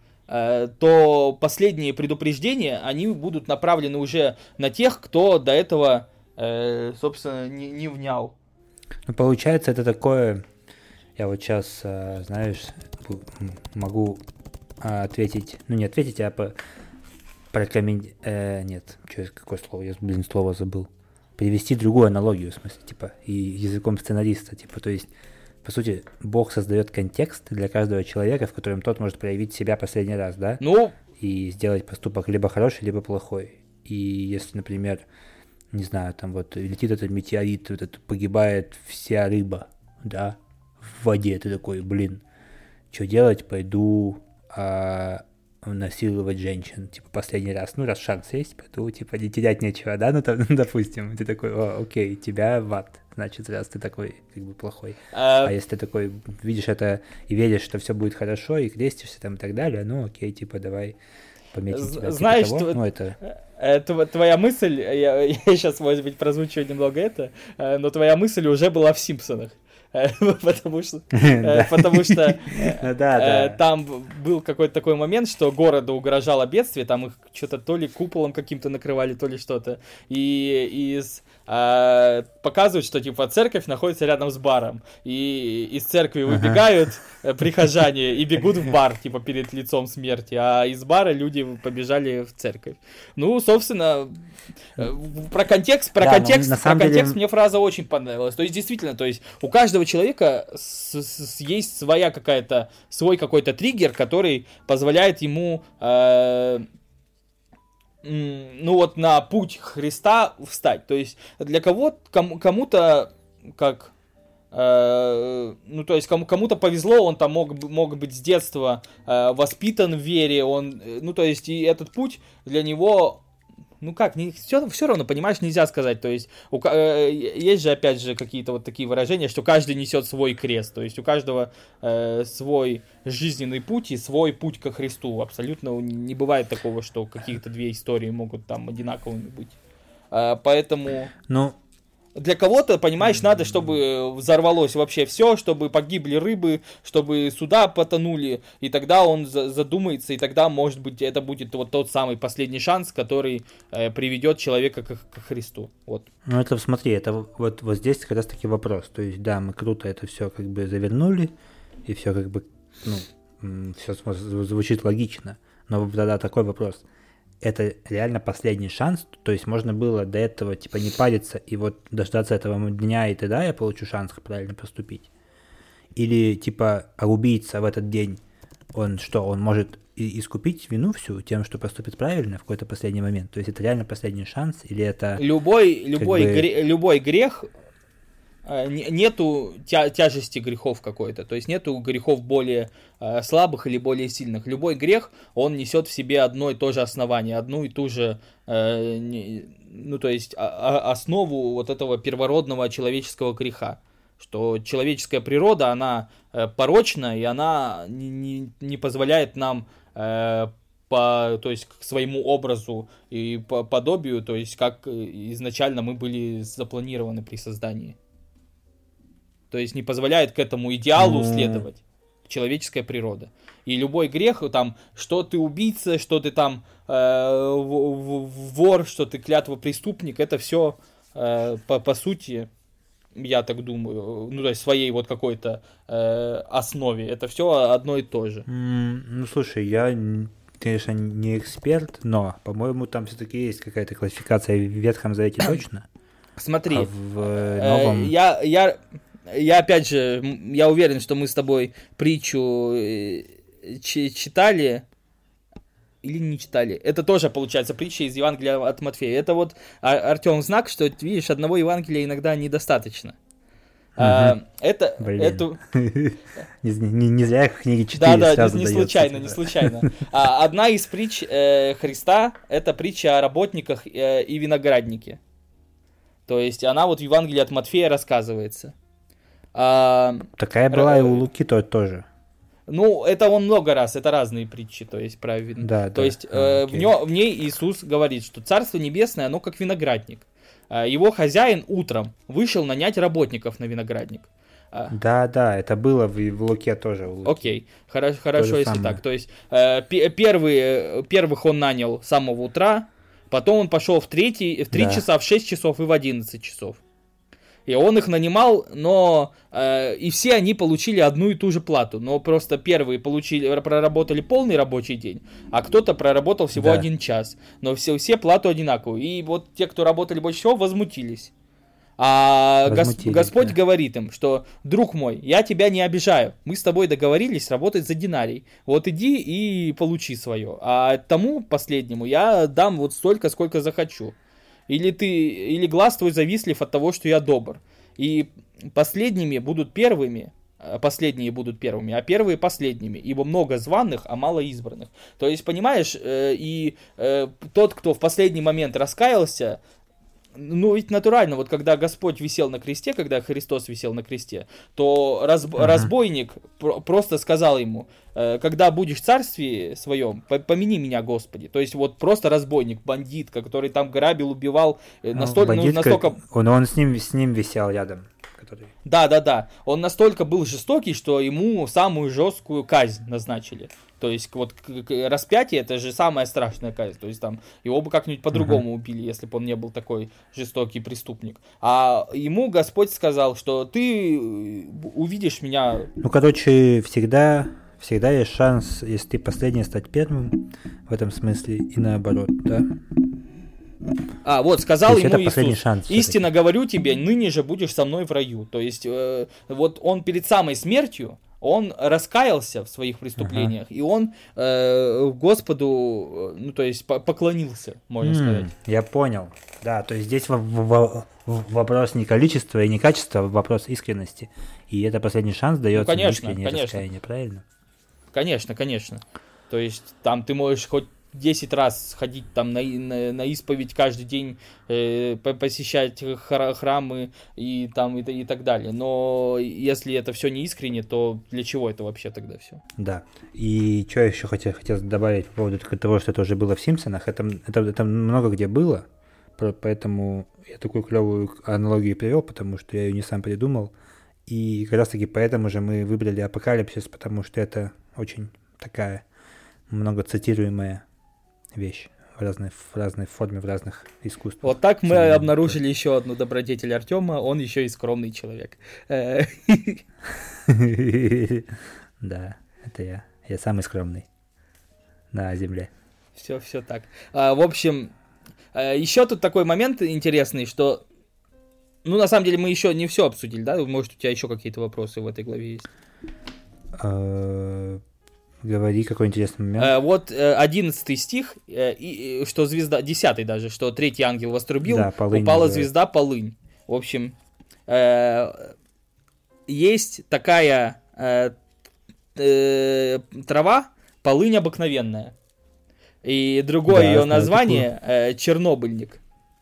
то последние предупреждения, они будут направлены уже на тех, кто до этого, собственно, не, не внял. Ну, получается, это такое... Я вот сейчас, знаешь, могу ответить... Ну, не ответить, а по... прокомментировать... Э, нет, что, какое слово? Я, блин, слово забыл. Привести другую аналогию, в смысле, типа, и языком сценариста, типа, то есть, по сути, Бог создает контекст для каждого человека, в котором тот может проявить себя последний раз, да? Ну... И сделать поступок либо хороший, либо плохой. И если, например... не знаю, там вот летит этот метеорит, вот это, погибает вся рыба, да, в воде, ты такой, блин, что делать, пойду а, насиловать женщин, типа, последний раз, ну, раз шанс есть, пойду, типа, не терять нечего, да, ну, там, ну допустим, ты такой, о, окей, тебя в ад, значит, раз ты такой, как бы, плохой, а, а если ты такой, видишь это и веришь, что все будет хорошо, и крестишься там и так далее, ну, окей, типа, давай пометим тебя. Знаешь, типа того, ну, это... твоя мысль, я, я сейчас, может быть, прозвучу немного это, но твоя мысль уже была в «Симпсонах». Потому что, потому что там был какой-то такой момент, что городу угрожало бедствие, там их что-то то ли куполом каким-то накрывали, то ли что-то. И из показывают, что типа церковь находится рядом с баром. И из церкви выбегают прихожане и бегут в бар, типа перед лицом смерти. А из бара люди побежали в церковь. Ну, собственно, про контекст, про да, контекст, про контекст деле... мне фраза очень понравилась. То есть, действительно, то есть у каждого человека с- с- есть своя какая-то, свой какой-то триггер, который позволяет ему э- ну вот на путь Христа встать. То есть для кого кому- кому-то как э- ну то есть кому- кому-то повезло, он там мог, мог быть с детства э- воспитан в вере, он, ну то есть и этот путь для него ну как, не, все, все равно, понимаешь, нельзя сказать, то есть, у, э, есть же, опять же, какие-то вот такие выражения, что каждый несет свой крест, то есть у каждого э, свой жизненный путь и свой путь ко Христу, абсолютно не бывает такого, что какие-то две истории могут там одинаковыми быть, э, поэтому... Ну... Для кого-то, понимаешь, надо, чтобы взорвалось вообще все, чтобы погибли рыбы, чтобы суда потонули, и тогда он задумается, и тогда, может быть, это будет вот тот самый последний шанс, который э, приведет человека к, к Христу. Вот. Ну, это, смотри, это вот, вот здесь как раз-таки вопрос. То есть, да, мы круто это все как бы завернули, и все как бы, ну, все звучит логично. Но тогда такой вопрос. Это реально последний шанс, то есть можно было до этого типа не париться и вот дождаться этого дня, и тогда я получу шанс правильно поступить. Или типа убийца в этот день, он что, он может и искупить вину всю тем, что поступит правильно в какой-то последний момент? То есть это реально последний шанс, или это... Любой, любой, бы... гре- любой грех, нету тя- тяжести грехов какой-то, то есть нету грехов более э, слабых или более сильных. Любой грех, он несет в себе одно и то же основание, одну и ту же, э, не, ну то есть а, основу вот этого первородного человеческого греха, что человеческая природа, она э, порочна, и она не, не, не позволяет нам э, по, то есть к своему образу и по подобию, то есть как изначально мы были запланированы при создании. То есть не позволяет к этому идеалу mm. следовать человеческая природа. И любой грех, там, что ты убийца, что ты там э, вор, что ты клятвопреступник, это все э, по, по сути, я так думаю, ну то есть своей вот какой-то э, основе, это все одно и то же. Mm, ну слушай, я, конечно, не эксперт, но, по-моему, там все-таки есть какая-то классификация в Ветхом Завете точно. Смотри, а в новом... э, я... я... Я, опять же, я уверен, что мы с тобой притчу читали или не читали. Это тоже, получается, притча из Евангелия от Матфея. Это вот, Артем, знак, что, видишь, одного Евангелия иногда недостаточно. Угу. А, это... Эту... не, не, не зря книги читали. Да-да, не, не случайно, не случайно. А, одна из притч э, Христа — это притча о работниках э, и винограднике. То есть она вот в Евангелии от Матфея рассказывается. А, Такая была р... и у Луки то тоже. Ну, это он много раз, это разные притчи, то есть правильно. Да, то да. есть э, в, нё, в ней Иисус говорит, что Царство Небесное, оно как виноградник. Его хозяин утром вышел нанять работников на виноградник. Да, да, это было в, в Луке тоже. В Луке. Окей, хорошо, хорошо если самое. Так. То есть э, первые, первых он нанял с самого утра, потом он пошел в, третий, в три да. часа, в шесть часов и в одиннадцать часов. И он их нанимал, но э, и все они получили одну и ту же плату. Но просто первые получили, проработали полный рабочий день, а кто-то проработал всего да. один час. Но все, все плату одинаковую. И вот те, кто работали больше всего, возмутились. А возмутились, Господь да. говорит им, что, друг мой, я тебя не обижаю. Мы с тобой договорились работать за динарий. Вот иди и получи свое. А тому последнему я дам вот столько, сколько захочу. Или ты, или глаз твой завистлив от того, что я добр. И последними будут первыми, последние будут первыми, а первые последними. Ибо много званых, а мало избранных. То есть, понимаешь, э, и э, тот, кто в последний момент раскаялся, ну ведь натурально, вот когда Господь висел на кресте, когда Христос висел на кресте, то разб- uh-huh. разбойник про- просто сказал ему, э, когда будешь в царстве своем, помяни меня, Господи. То есть вот просто разбойник, бандит, который там грабил, убивал, э, ну, настолько... Бандит, ну, настолько... Он, он с, ним, с ним висел рядом. Который... Да, да, да. Он настолько был жестокий, что ему самую жесткую казнь назначили. То есть вот распятие — это же самая страшная казнь. То есть там его бы как-нибудь по-другому uh-huh. убили, если бы он не был такой жестокий преступник. А ему Господь сказал, что ты увидишь меня... Ну, короче, всегда, всегда есть шанс, если ты последний, стать первым в этом смысле и наоборот, да? А, вот, сказал ему Иисус, шанс, истинно говорю тебе, ныне же будешь со мной в раю. То есть э, вот он перед самой смертью, он раскаялся в своих преступлениях, uh-huh. и он э, Господу, ну, то есть, поклонился, можно mm, сказать. Я понял. Да, то есть здесь в- в- в- вопрос не количества и не качества, а вопрос искренности. И это последний шанс дается ну, конечно, искреннее конечно. раскаяние, правильно? Конечно, конечно. То есть там ты можешь хоть десять раз ходить там на, на, на исповедь каждый день, э, посещать храмы и, там, и, и так далее. Но если это все не искренне, то для чего это вообще тогда все? Да. И что я еще хотел, хотел добавить по поводу того, что это уже было в «Симпсонах». Это, это, это много где было, поэтому я такую клевую аналогию привел, потому что я ее не сам придумал. И как раз таки поэтому же мы выбрали «Апокалипсис», потому что это очень такая много цитируемая вещь в разной, в разной форме, в разных искусствах. Вот так мы Сегодня обнаружили это... еще одну добродетель Артема, он еще и скромный человек. Да, это я. Я самый скромный на земле. Все, все так. В общем, еще тут такой момент интересный, что ну, на самом деле, мы еще не все обсудили, да? Может, у тебя еще какие-то вопросы в этой главе есть? Говори, какой интересный момент. А, вот одиннадцатый стих, и, что звезда, десятый даже, что третий ангел вострубил, да, упала называет. Звезда полынь. В общем, э, есть такая э, э, трава, полынь обыкновенная. И другое да, ее название э, чернобыльник.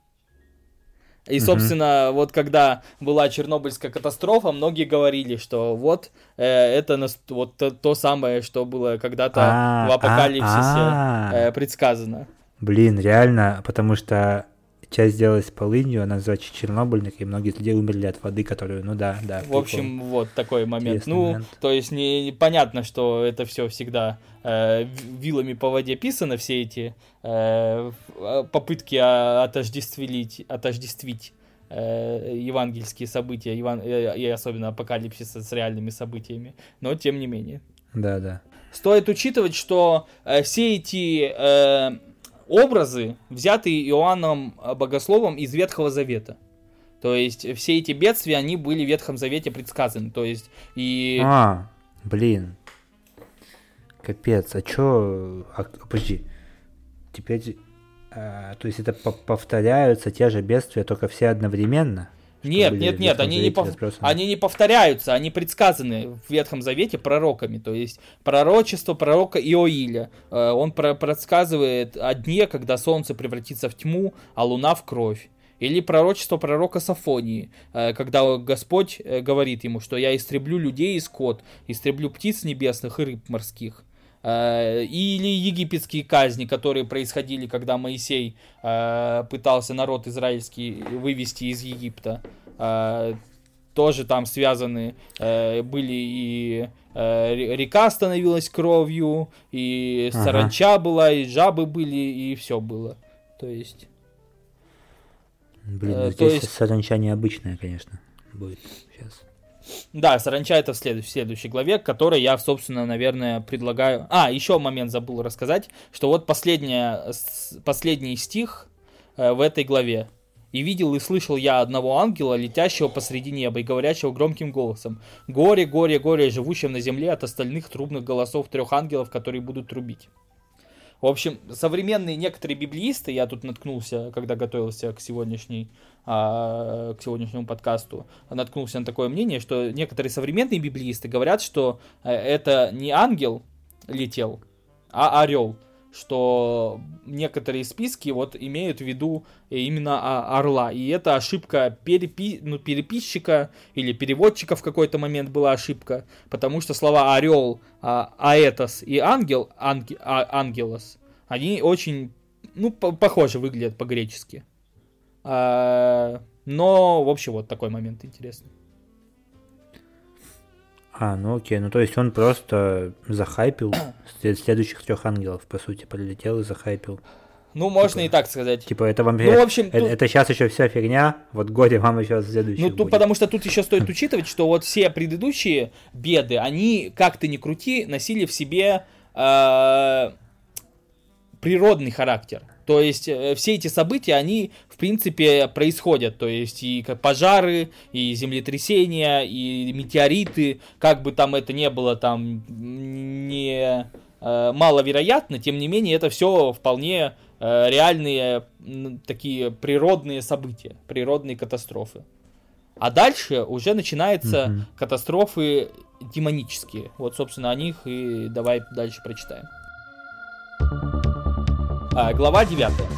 И, собственно, uh-huh. вот когда была Чернобыльская катастрофа, многие говорили, что вот э, это нас, вот то, то самое, что было когда-то а, в апокалипсисе а, а. Э, предсказано. Блин, реально, потому что часть сделалась полынью, она называется Чернобыльник, и многие людей умерли от воды, которую, ну да, да. В прикол. общем, вот такой момент. Интересный ну, момент. То есть не, понятно, что это все всегда э, вилами по воде писано, все эти э, попытки отождествить, отождествить э, евангельские события, еван... и особенно апокалипсиса с реальными событиями, но тем не менее. Да, да. Стоит учитывать, что э, все эти... Э, образы, взятые Иоанном Богословом из Ветхого Завета. То есть все эти бедствия, они были в Ветхом Завете предсказаны. То есть и... А, блин. Капец, а чё... А, подожди. Теперь... А, то есть это повторяются те же бедствия, только все одновременно? Нет, нет, нет, они не, пов... они не повторяются, они предсказаны в Ветхом Завете пророками, то есть пророчество пророка Иоиля, он предсказывает о дне, когда солнце превратится в тьму, а луна в кровь. Или пророчество пророка Сафонии, когда Господь говорит ему, что я истреблю людей и скот, истреблю птиц небесных и рыб морских. Или египетские казни, которые происходили, когда Моисей э, пытался народ израильский вывести из Египта. Э, тоже там связаны э, были и э, река становилась кровью, и ага. саранча была, и жабы были, и все было. То есть... Блин, э, здесь есть... саранча необычная, конечно, будет сейчас. Да, саранча это в, след... в следующей главе, к которой я, собственно, наверное, предлагаю... А, еще момент забыл рассказать, что вот последняя... последний стих э, в этой главе. «И видел и слышал я одного ангела, летящего посреди неба и говорящего громким голосом: горе, горе, горе, живущим на земле от остальных трубных голосов трех ангелов, которые будут трубить». В общем, современные некоторые библеисты, я тут наткнулся, когда готовился к, сегодняшней, а, к сегодняшнему подкасту, наткнулся на такое мнение, что некоторые современные библеисты говорят, что это не ангел летел, а орел, что некоторые списки вот имеют в виду именно орла, и это ошибка перепи... ну, переписчика или переводчика в какой-то момент была ошибка, потому что слова орел, а, аэтос и ангел, анг... а, ангелос, они очень, ну, по- похоже выглядят по-гречески. А, но, в общем, вот такой момент интересный. А, ну окей, ну то есть он просто захайпил следующих трех ангелов, по сути, прилетел и захайпил. Ну, можно типа, и так сказать. Типа это вам... Ну, в общем, это, тут... это сейчас еще вся фигня, вот горе вам еще следующий. Ну, тут, потому что тут еще стоит учитывать, что вот все предыдущие беды, они, как ты ни крути, носили в себе э, природный характер. То есть э, все эти события, они, в принципе, происходят. То есть и пожары, и землетрясения, и метеориты. Как бы там это ни было там не э, маловероятно, тем не менее, это все вполне э, реальные э, такие природные события, природные катастрофы. А дальше уже начинаются mm-hmm. катастрофы демонические. Вот, собственно, о них и давай дальше прочитаем. А, глава девятая.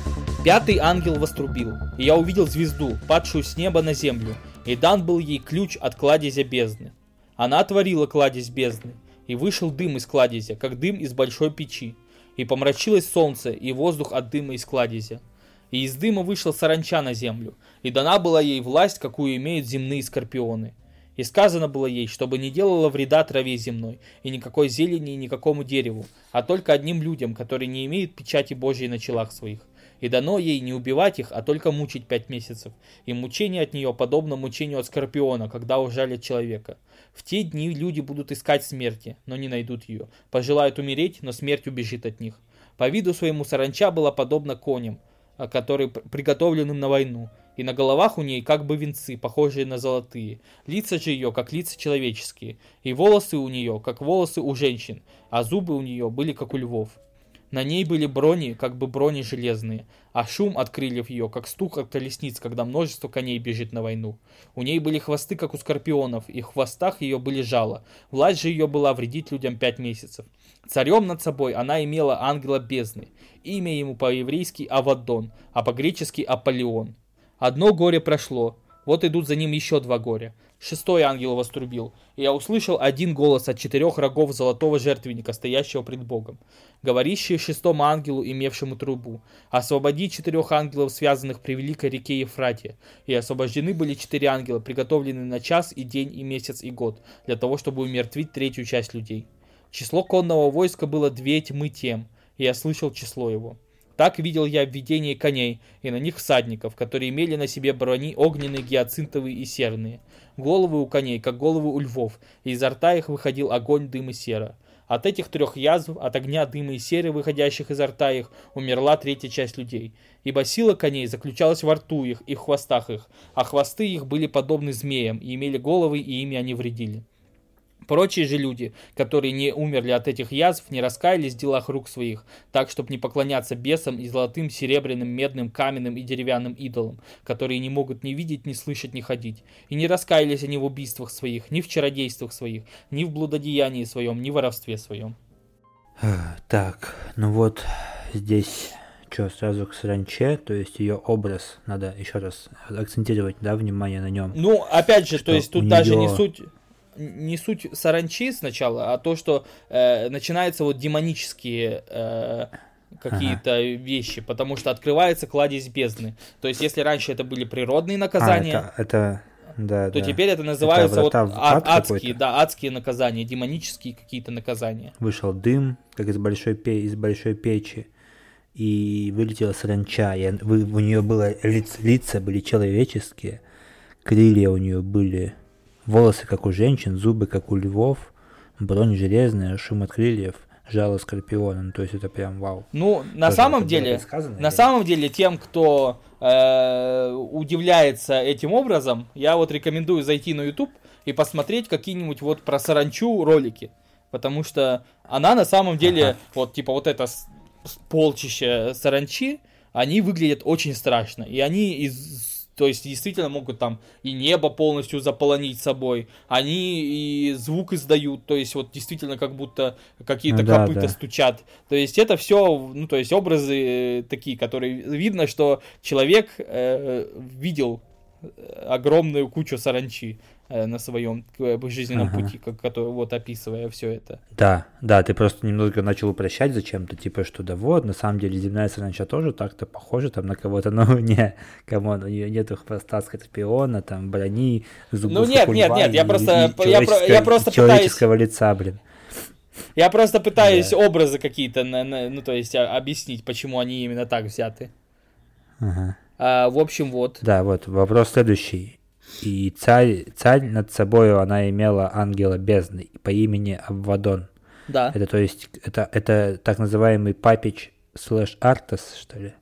Пятый ангел вострубил, и я увидел звезду, падшую с неба на землю, и дан был ей ключ от кладезя бездны. Она отворила кладезь бездны, и вышел дым из кладезя, как дым из большой печи, и помрачилось солнце и воздух от дыма из кладезя. И из дыма вышла саранча на землю, и дана была ей власть, какую имеют земные скорпионы. И сказано было ей, чтобы не делала вреда траве земной, и никакой зелени, и никакому дереву, а только одним людям, которые не имеют печати Божьей на челах своих. И дано ей не убивать их, а только мучить пять месяцев. И мучение от нее подобно мучению от скорпиона, когда ужалят человека. В те дни люди будут искать смерти, но не найдут ее. Пожелают умереть, но смерть убежит от них. По виду своему саранча была подобна коням, которые приготовленным на войну. И на головах у ней как бы венцы, похожие на золотые. Лица же ее, как лица человеческие. И волосы у нее, как волосы у женщин. А зубы у нее были, как у львов. На ней были брони, как бы брони железные, а шум от крыльев ее, как стук от колесниц, когда множество коней бежит на войну. У ней были хвосты, как у скорпионов, и в хвостах ее были жало. Власть же ее была вредить людям пять месяцев. Царем над собой она имела ангела бездны. Имя ему по-еврейски Авадон, а по-гречески Аполлион. Одно горе прошло, вот идут за ним еще два горя. Шестой ангел вострубил, и я услышал один голос от четырех рогов золотого жертвенника, стоящего пред Богом, говорящий шестому ангелу, имевшему трубу: «Освободи четырех ангелов, связанных при великой реке Ефрате». И освобождены были четыре ангела, приготовленные на час и день и месяц и год, для того, чтобы умертвить третью часть людей. Число конного войска было две тьмы тем, и я слышал число его. Так видел я в видении коней, и на них всадников, которые имели на себе брони огненные, гиацинтовые и серные. Головы у коней, как головы у львов, и изо рта их выходил огонь, дым и сера. От этих трех язв, от огня, дыма и серы, выходящих изо рта их, умерла третья часть людей. Ибо сила коней заключалась во рту их и в хвостах их, а хвосты их были подобны змеям, и имели головы, и ими они вредили. Прочие же люди, которые не умерли от этих язв, не раскаялись в делах рук своих, так, чтобы не поклоняться бесам и золотым, серебряным, медным, каменным и деревянным идолам, которые не могут ни видеть, ни слышать, ни ходить. И не раскаялись они в убийствах своих, ни в чародействах своих, ни в блудодеянии своем, ни в воровстве своем. Так, ну вот здесь что, сразу к саранче, то есть ее образ, надо еще раз акцентировать, да, внимание на нем. Ну, опять же, то есть тут даже нее... не суть... не суть саранчи сначала, а то, что э, начинаются вот демонические э, какие-то ага. вещи, потому что открывается кладезь бездны. То есть, если раньше это были природные наказания, а, это, это, да, то да. теперь это называется это вот ад, адские, какой-то? да, адские наказания, демонические какие-то наказания. Вышел дым, как из большой, пе- из большой печи, и вылетела саранча, и у нее было лица, лица были человеческие, крылья у нее были... Волосы, как у женщин, зубы, как у львов, бронь железная, шум от крыльев, жало скорпиона. Ну, то есть это прям вау. Ну, на Тоже самом деле, на или? самом деле, тем, кто э, удивляется этим образом, я вот рекомендую зайти на YouTube и посмотреть какие-нибудь вот про саранчу ролики. Потому что она на самом деле, ага. вот типа вот это полчище саранчи, они выглядят очень страшно. И они из... То есть, действительно могут там и небо полностью заполонить собой. Они и звук издают. То есть, вот действительно как будто какие-то ну, копыта да, да. стучат. То есть, это все, ну, то есть, образы такие, которые видно, что человек э, видел огромную кучу саранчи э, на своем жизненном ага. пути, как, который, вот описывая все это. Да, да, ты просто немного начал упрощать зачем-то, типа, что да вот, на самом деле земная саранча тоже так-то похожа там на кого-то, но не, камон, у нее нету хвоста скорпиона, там, брони, зубов. Ну нет, нет, нет, я просто, я, я просто человеческого пытаюсь... лица, блин. Я просто пытаюсь да. образы какие-то, на, на, ну то есть объяснить, почему они именно так взяты. Ага. А, в общем, вот. Да, вот, вопрос следующий. И царь, царь над собой она имела ангела бездны по имени Аввадон. Да. Это, то есть, это, это так называемый папич слэш Артас, что ли?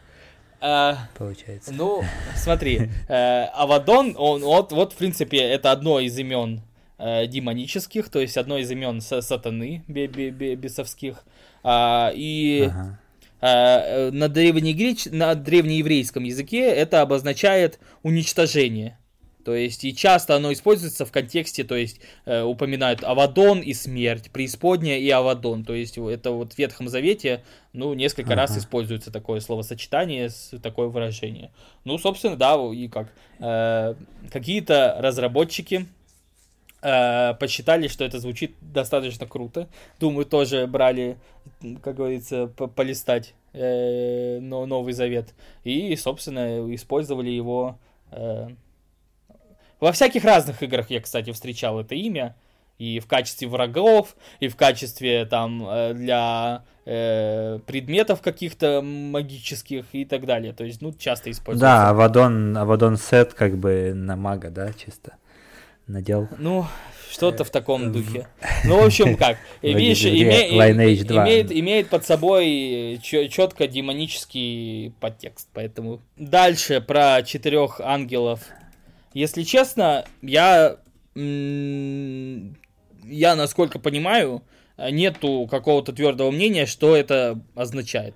А, Получается. Ну, смотри, э, Авадон, он, вот, вот, в принципе, это одно из имен э, демонических, то есть одно из имен сатаны бесовских. А, и... Ага. Uh, на, древнегреч... на древнееврейском языке это обозначает уничтожение. То есть, и часто оно используется в контексте, то есть, э, упоминают Авадон и смерть, преисподняя и Авадон. То есть, это вот в Ветхом Завете, ну, несколько ага. раз используется такое словосочетание, такое выражение. Ну, собственно, да, и как. Э, какие-то разработчики э, посчитали, что это звучит достаточно круто. Думаю, тоже брали, как говорится, полистать э, Новый Завет. И, собственно, использовали его... Э, Во всяких разных играх я, кстати, встречал это имя. И в качестве врагов, и в качестве там для э, предметов каких-то магических и так далее. То есть, ну, часто используется. Да, Авадон, Авадон Сет как бы на мага, да, чисто надел. Ну, что-то в таком духе. Ну, в общем, как. Видишь, имеет, имеет под собой четко демонический подтекст. Поэтому дальше про четырех ангелов. Если честно, я, я, насколько понимаю, нету какого-то твердого мнения, что это означает.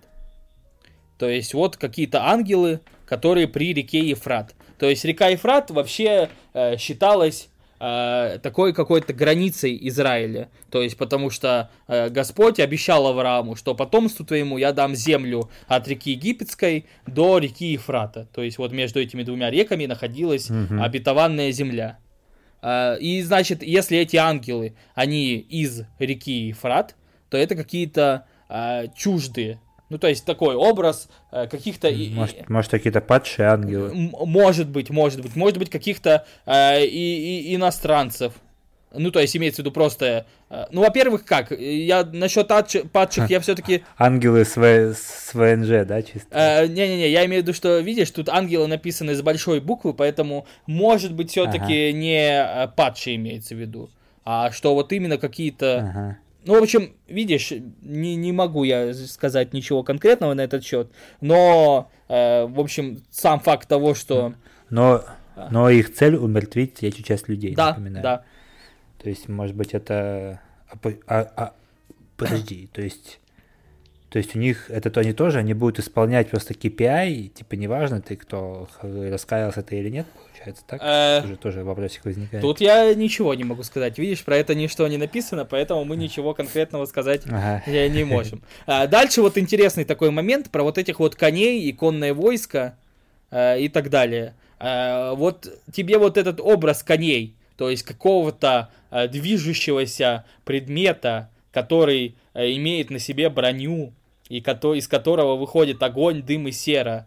То есть вот какие-то ангелы, которые при реке Ефрат. То есть река Ефрат вообще э, считалась э, такой какой-то границей Израиля. То есть потому что э, Господь обещал Аврааму, что потомству твоему я дам землю от реки Египетской до реки Ефрата. То есть вот между этими двумя реками находилась mm-hmm. обетованная земля. Э, и значит, если эти ангелы, они из реки Ефрат, то это какие-то э, чуждые. Ну, то есть, такой образ э, каких-то... Может, может, какие-то падшие ангелы? М- может быть, может быть. Может быть, каких-то э, и, и, иностранцев. Ну, то есть, имеется в виду просто... Э, ну, во-первых, как? Я насчет адж- падших я все-таки... Ангелы с, в... с ВНЖ, да, чисто? Э, не-не-не, я имею в виду, что, видишь, тут ангелы написаны с большой буквы, поэтому, может быть, все-таки ага. не падшие имеется в виду, а что вот именно какие-то... Ага. Ну, в общем, видишь, не, не могу я сказать ничего конкретного на этот счет, но, э, в общем, сам факт того, что... Но, но их цель умертвить третью часть людей, да, напоминаю. Да, То есть, может быть, это... А, а, подожди, то есть... То есть у них это то они тоже, они будут исполнять просто кей пи ай, типа неважно ты кто, раскаялся ты или нет, получается, так? Уже тоже вопросик возникает. Тут я ничего не могу сказать, видишь, про это ничто не написано, поэтому мы ничего конкретного сказать ага. не можем. А дальше вот интересный такой момент про вот этих вот коней и конное войско а, и так далее. А, вот тебе вот этот образ коней, то есть какого-то а, движущегося предмета, который а, имеет на себе броню, и который, из которого выходит огонь, дым и сера.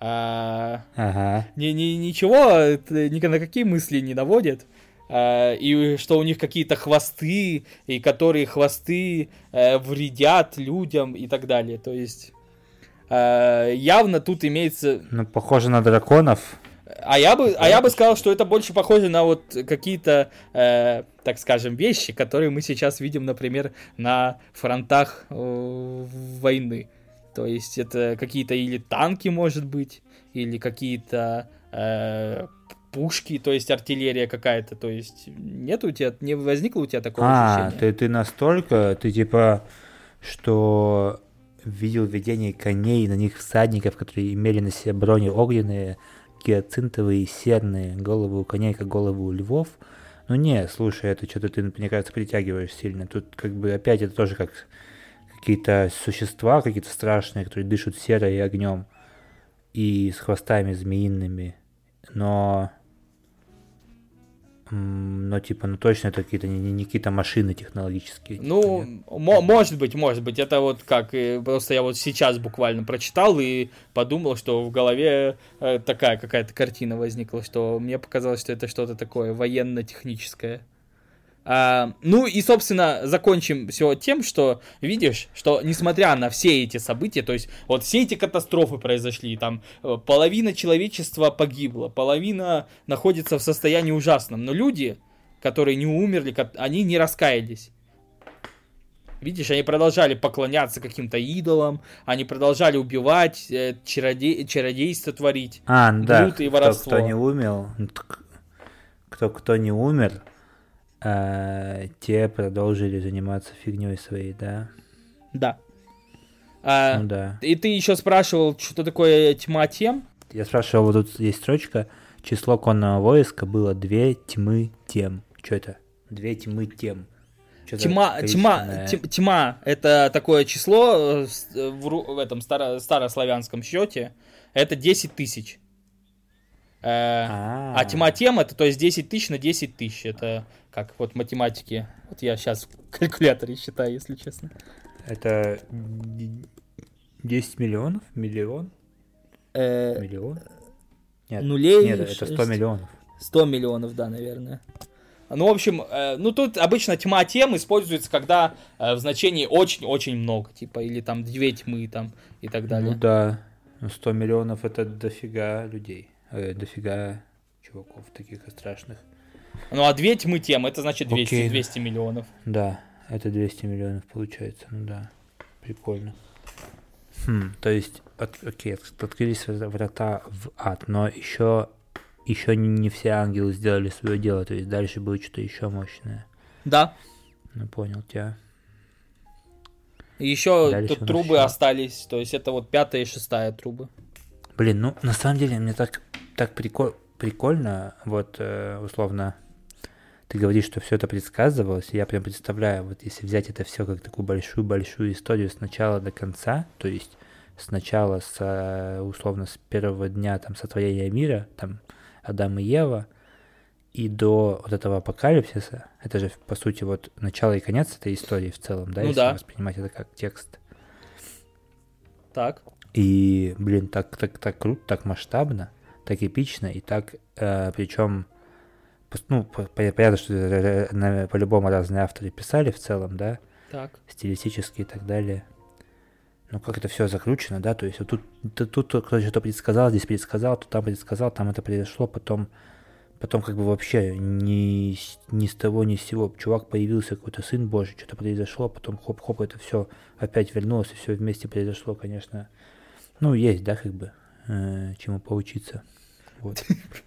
А, ага. ни, ни, ничего, ни на какие мысли не наводит. А, и что у них какие-то хвосты, и которые хвосты а, вредят людям и так далее. То есть а, явно тут имеется... Ну, похоже на драконов. А я бы, а я бы сказал, что это больше похоже на вот какие-то, э, так скажем, вещи, которые мы сейчас видим, например, на фронтах э, войны. То есть это какие-то или танки, может быть, или какие-то э, пушки, то есть артиллерия какая-то. То есть нет у тебя, не возникло у тебя такого а, ощущения? А, ты, ты настолько, ты типа, что видел видение коней, на них всадников, которые имели на себе брони огненные, гиацинтовые, серные, головы у коней, как головы у львов. Ну не, слушай, это что-то ты, мне кажется, притягиваешь сильно. Тут как бы опять это тоже как какие-то существа, какие-то страшные, которые дышат серой и огнем. И с хвостами змеиными. Но... Но типа, ну точно это какие-то не, не какие-то машины технологические. Ну, типа, м- может быть, может быть. Это вот как, просто я вот сейчас буквально прочитал и подумал, что в голове э, такая какая-то картина возникла, что мне показалось, что это что-то такое военно-техническое. А, ну и, собственно, закончим все тем, что, видишь, что несмотря на все эти события, то есть вот все эти катастрофы произошли, там половина человечества погибла, половина находится в состоянии ужасном, но люди, которые не умерли, они не раскаялись. Видишь, они продолжали поклоняться каким-то идолам, они продолжали убивать, чародей, чародейство творить, а, да, блуд и воровство. Кто, кто не умер, кто, кто не умер, А, те продолжили заниматься фигней своей, да? Да. А, ну да. И ты еще спрашивал, что такое тьма тем? Я спрашивал, вот тут есть строчка. число конного войска было две тьмы тем. Что это? Две тьмы тем. Тьма, тьма, тьма, это такое число в, в этом старо, старославянском счете, это десять тысяч. А, а тьма тем, это то есть десять тысяч на десять тысяч. Это как вот математики. Вот я сейчас в калькуляторе считаю, если честно. Это десять миллионов? Миллион? Э, Миллион? Нет, нулей, нет, это сто миллионов. сто миллионов, да, наверное. Ну, в общем, э, ну тут обычно тьма тем используется, когда э, в значении очень-очень много, типа, или там две тьмы там и так далее. Ну да, сто миллионов это дофига людей, э, дофига чуваков таких и страшных. Ну а две тьмы тем, это значит двести, двести миллионов. Да, это двести миллионов получается, ну да, прикольно. Хм, то есть, от, окей, открылись врата в ад, но еще... Еще не все ангелы сделали свое дело, то есть дальше будет что-то еще мощное. Да. Ну, понял тебя. Еще тут трубы еще остались, то есть это вот пятая и шестая трубы. Блин, ну на самом деле мне так, так прикол, прикольно, вот э, условно, ты говоришь, что все это предсказывалось, и я прям представляю, вот если взять это все как такую большую-большую историю с начала до конца, то есть сначала с, условно, с первого дня там сотворения мира, там, Адам и Ева, и до вот этого апокалипсиса, это же, по сути, вот начало и конец этой истории в целом, да, ну если да. воспринимать это как текст. Так. И, блин, так, так, так круто, так масштабно, так эпично, и так, э, причем, ну, понятно, что по-любому разные авторы писали в целом, да, так. стилистически и так далее. Ну, как это все закручено, да, то есть вот тут, тут, тут кто-то что-то предсказал, здесь предсказал, тут там предсказал, там это произошло, потом, потом как бы вообще ни, ни с того, ни с сего чувак появился, какой-то сын Божий, что-то произошло, потом хоп-хоп, это все опять вернулось, и все вместе произошло, конечно. Ну, есть, да, как бы, э, чему поучиться. Вот.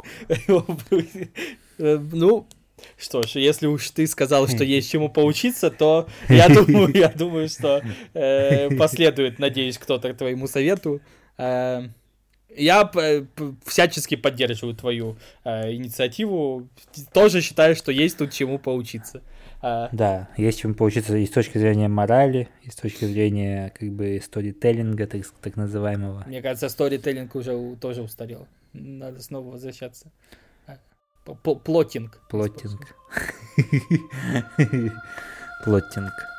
Ну... Что ж, если уж ты сказал, что есть чему поучиться, то я думаю, я думаю, что э, последует, надеюсь, кто-то твоему совету. Э, я п- п- всячески поддерживаю твою э, инициативу. Тоже считаю, что есть тут чему поучиться. Э, да, есть чему поучиться и с точки зрения морали, и с точки зрения как бы сторителлинга, так, так называемого. Мне кажется, сторителлинг уже тоже устарел. Надо снова возвращаться. Плотинг. Плотинг. Плотинг.